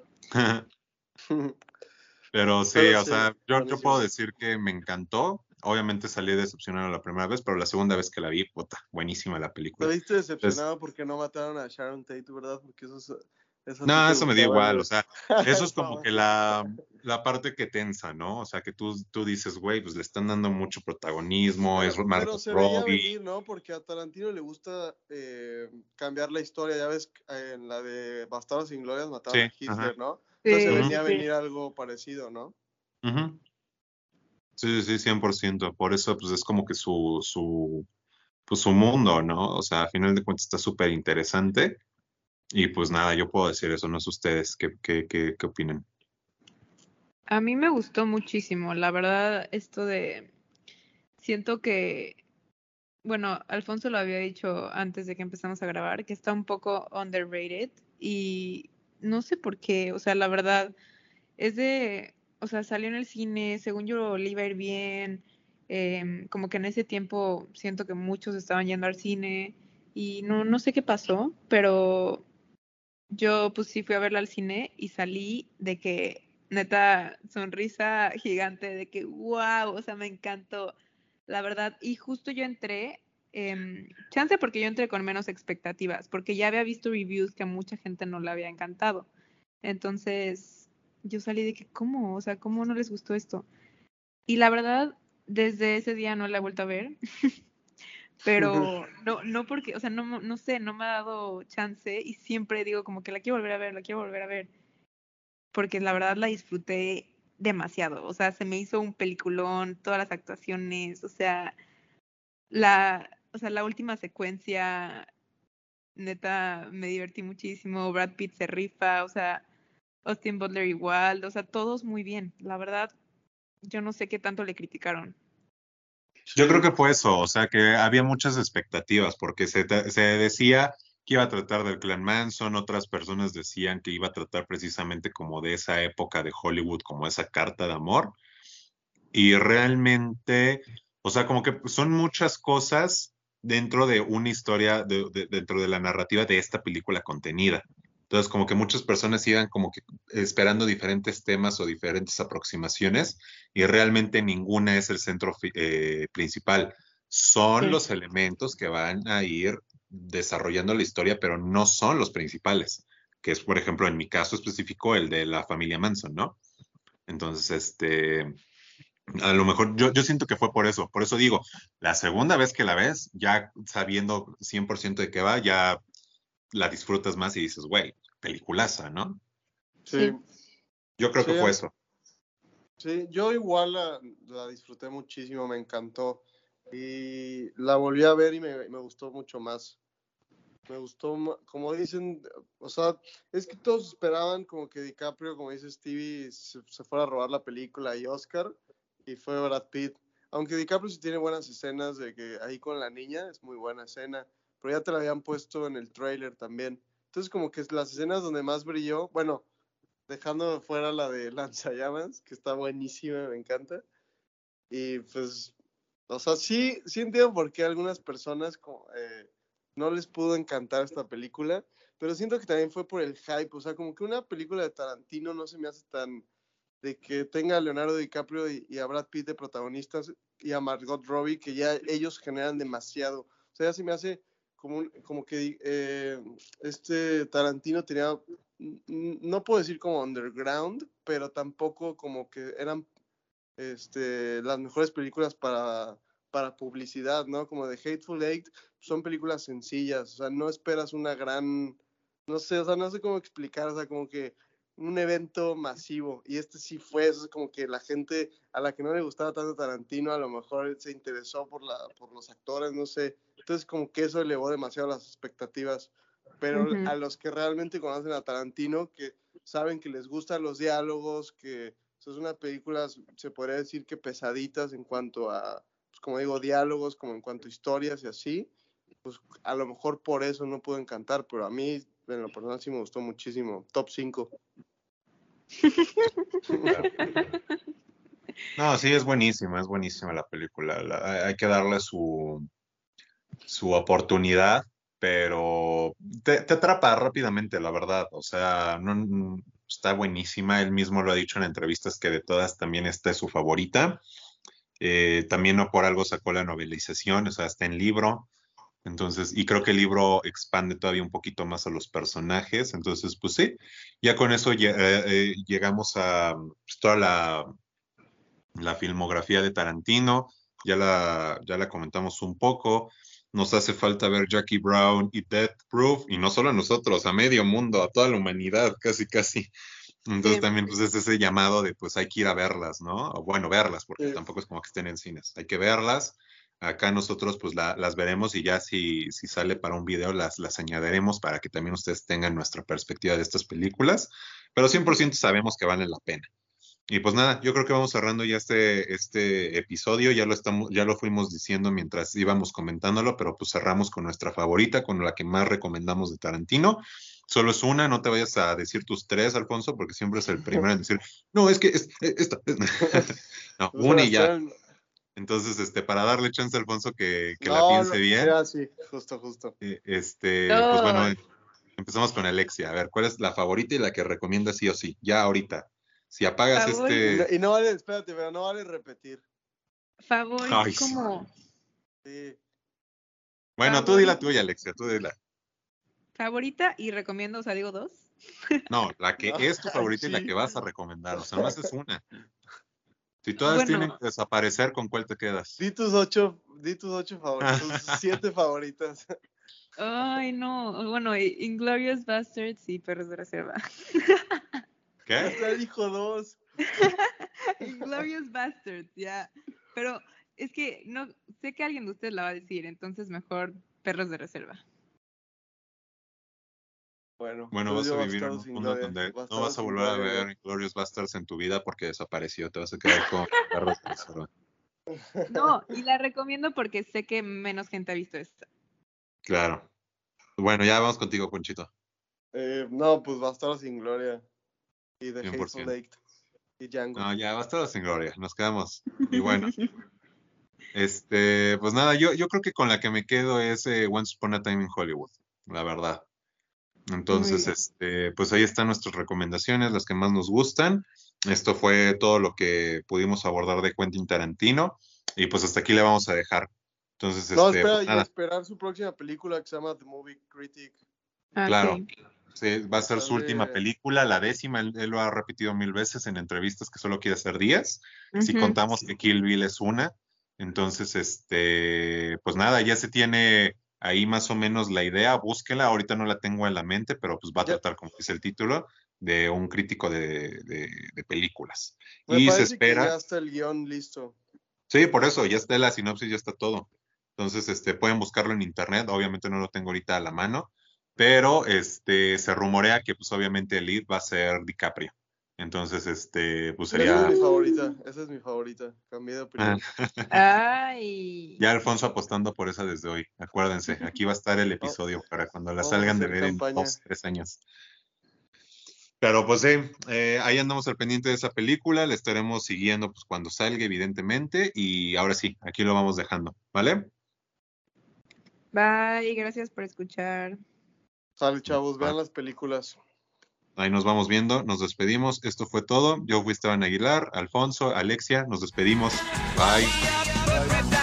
Pero sí, Pero o sí, sea, yo buenísimo. puedo decir que me encantó. Obviamente salí decepcionado la primera vez, pero la segunda vez que la vi, puta, buenísima la película. Saliste Entonces, decepcionado porque no mataron a Sharon Tate, ¿verdad? Porque eso a ti no, te eso me da gustaba, igual, o güey. sea, eso es como No. que la parte que tensa, ¿no? O sea, que tú dices, güey, pues le están dando mucho protagonismo, es Pero Margot se veía Robbie. venir, ¿no? Porque a Tarantino le gusta cambiar la historia. Ya ves, en la de Bastardos sin Glorias mataron Sí, a ajá. Hitler, ¿no? Entonces se Sí, Ujú, sí, venía a sí. venir algo parecido, ¿no? ujú. Sí, sí, 100%. Por eso, pues es como que pues, su mundo, ¿no? O sea, a final de cuentas está súper interesante. Y pues nada, yo puedo decir eso, no sé ustedes qué opinan. A mí me gustó muchísimo, la verdad, esto de, siento que, bueno, Alfonso lo había dicho antes de que empezamos a grabar, que está un poco underrated y no sé por qué, o sea, la verdad, es de, o sea, salió en el cine, según yo le iba a ir bien, como que en ese tiempo siento que muchos estaban yendo al cine y no sé qué pasó, pero yo pues sí fui a verla al cine y salí de que, neta, sonrisa gigante, de que, wow, o sea, me encantó, la verdad. Y justo yo entré, chance porque yo entré con menos expectativas, porque ya había visto reviews que a mucha gente no le había encantado. Entonces, yo salí de que, ¿cómo? O sea, ¿cómo no les gustó esto? Y la verdad, desde ese día no la he vuelto a ver. Pero no porque, o sea, no sé, no me ha dado chance y siempre digo como que la quiero volver a ver, la quiero volver a ver, porque la verdad la disfruté demasiado, o sea, se me hizo un peliculón, todas las actuaciones, o sea, la última secuencia, neta, me divertí muchísimo, Brad Pitt se rifa, o sea, Austin Butler igual, o sea, todos muy bien, la verdad, yo no sé qué tanto le criticaron. Yo creo Sí. que fue eso, o sea, que había muchas expectativas, porque se decía que iba a tratar del Clan Manson, otras personas decían que iba a tratar precisamente como de esa época de Hollywood, como esa carta de amor, y realmente, o sea, como que son muchas cosas dentro de una historia, dentro de la narrativa de esta película contenida. Entonces, como que muchas personas iban como que esperando diferentes temas o diferentes aproximaciones y realmente ninguna es el centro principal. Son Sí. los elementos que van a ir desarrollando la historia, pero no son los principales, que es, por ejemplo, en mi caso específico, el de la familia Manson, ¿no? Entonces, a lo mejor yo siento que fue por eso digo, la segunda vez que la ves, ya sabiendo 100% de qué va, ya la disfrutas más y dices, güey, peliculaza, ¿no? Sí, Sí. Yo creo sí, que fue eso. sí, yo igual la disfruté muchísimo, me encantó. Y la volví a ver y me gustó mucho más. Me gustó, como dicen, o sea, es que todos esperaban como que DiCaprio, como dice Stevie, se fuera a robar la película y Oscar, y fue Brad Pitt. Aunque DiCaprio sí tiene buenas escenas de que ahí con la niña, es muy buena escena, pero ya te la habían puesto en el tráiler también. Entonces como que las escenas donde más brilló, bueno, dejando fuera la de Lanzallamas, que está buenísima, me encanta. Y pues, o sea, sí entiendo por qué a algunas personas no les pudo encantar esta película, pero siento que también fue por el hype, o sea, como que una película de Tarantino no se me hace tan de que tenga a Leonardo DiCaprio y a Brad Pitt de protagonistas y a Margot Robbie, que ya ellos generan demasiado. O sea, ya se me hace como que este Tarantino tenía, no puedo decir como underground, pero tampoco como que eran las mejores películas para publicidad, ¿no? Como de Hateful Eight, son películas sencillas, o sea, no esperas una gran, no sé, o sea, no sé cómo explicar, o sea, como que un evento masivo, y este sí fue, eso es como que la gente a la que no le gustaba tanto Tarantino, a lo mejor se interesó por los actores, no sé, entonces como que eso elevó demasiado las expectativas. pero Ujú. a los que realmente conocen a Tarantino, que saben que les gustan los diálogos, que es una película, se podría decir que pesaditas en cuanto a, pues, como digo, diálogos, como en cuanto a historias y así, pues a lo mejor por eso no pudo encantar, pero a mí en lo personal sí me gustó muchísimo. Top 5. No, sí, es buenísima la película. Hay que darle su oportunidad, pero te atrapa rápidamente, la verdad. O sea, está buenísima. Él mismo lo ha dicho en entrevistas que de todas también esta es su favorita. También no por algo sacó la novelización, o sea, está en libro. Entonces, y creo que el libro expande todavía un poquito más a los personajes. Entonces, pues sí, ya con eso llegamos a pues, toda la filmografía de Tarantino. Ya la comentamos un poco. Nos hace falta ver Jackie Brown y Death Proof, y no solo a nosotros, a medio mundo, a toda la humanidad, casi, casi. Entonces Sí. también pues es ese llamado de pues hay que ir a verlas, ¿no? O bueno, verlas, porque Sí. tampoco es como que estén en cines. Hay que verlas. Acá nosotros pues las veremos y ya si sale para un video las añadiremos para que también ustedes tengan nuestra perspectiva de estas películas. Pero 100% sabemos que valen la pena. Y pues nada, yo creo que vamos cerrando ya este episodio, ya lo fuimos diciendo mientras íbamos comentándolo, pero pues cerramos con nuestra favorita, con la que más recomendamos de Tarantino. Solo es una, no te vayas a decir tus tres, Alfonso, porque siempre es el primero en decir, no, es que esta. No, Pues una y ya. Sebastián, Entonces, para darle chance a Alfonso que la no, piense bien, sí, justo. pues bueno, Ay, empezamos con Alexia. A ver, ¿cuál es la favorita y la que recomienda sí o sí? Ya ahorita. Si apagas favori- Y no vale, espérate, pero no vale repetir. Ay, sí. como Sí. Bueno, tú di la tuya, Alexia, tú dila. favorita y recomiendo, o sea, digo 2. No, la que No, es tu favorita y la sí. que vas a recomendar. O sea, nomás es una. Si todas tienen Bueno, que desaparecer, ¿con cuál te quedas? Di tus 8 favoritas, tus 7 favoritas. ay, no. Bueno, Inglorious Bastards y Perros de Reserva. ¿Qué? Hasta dijo 2. Inglorious Bastards, ya. Pero es que no sé que alguien de ustedes la va a decir, entonces mejor Perros de Reserva. Bueno, Bueno, entonces vas a yo vivir en Bastardos un sin mundo Gloria. donde no vas Bastardos a sin volver a Gloria. ver Glorious Bastards en tu vida porque desapareció. Te vas a quedar con perros de reserva. No, y la recomiendo porque sé que menos gente ha visto esta. Claro. Bueno, ya vamos contigo, Ponchito. No, pues Bastardos sin Gloria. Y The Hateful 100%. Eight. Y Django. No, ya, basta sin gloria. Nos quedamos. Y bueno, pues nada, yo creo que con la que me quedo es Once Upon a Time in Hollywood, la verdad. Muy Entonces, bien. pues ahí están nuestras recomendaciones, las que más nos gustan. Esto fue todo lo que pudimos abordar de Quentin Tarantino y pues hasta aquí le vamos a dejar. Entonces, No, pues espera, y nada, esperar su próxima película que se llama The Movie Critic. Ah, claro, sí. sí, va a Que ser su última sale. película, la 10ª, él lo ha repetido 1000 veces en entrevistas que solo quiere hacer 10, si Ujú. contamos que Kill Bill es una. Entonces, pues nada, ya se tiene ahí más o menos la idea, búsquela, ahorita no la tengo en la mente, pero pues va a Ya, tratar, como dice el título, de un crítico de películas. me Y se parece que espera, ya está el guión listo. sí, por eso, ya está la sinopsis, ya está todo. Entonces, pueden buscarlo en internet, obviamente no lo tengo ahorita a la mano, pero se rumorea que pues obviamente el lead va a ser DiCaprio. Entonces, pues Esa es sería mi favorita. Esa es mi favorita. Cambié de opinión. Ay. ya Alfonso apostando por esa desde hoy. Acuérdense, aquí va a estar el Va- episodio para cuando la Vamos a salgan de hacer ver en campaña. 2, 3 años. Pero pues sí, ahí andamos al pendiente de esa película, la estaremos siguiendo pues cuando salga, evidentemente, y ahora sí, aquí lo vamos dejando, ¿vale? Bye, gracias por escuchar. Sale, chavos, vean las películas. Ahí nos vamos viendo, nos despedimos. Esto fue todo. Yo fui Esteban Aguilar, Alfonso, Alexia, nos despedimos. Bye. Bye.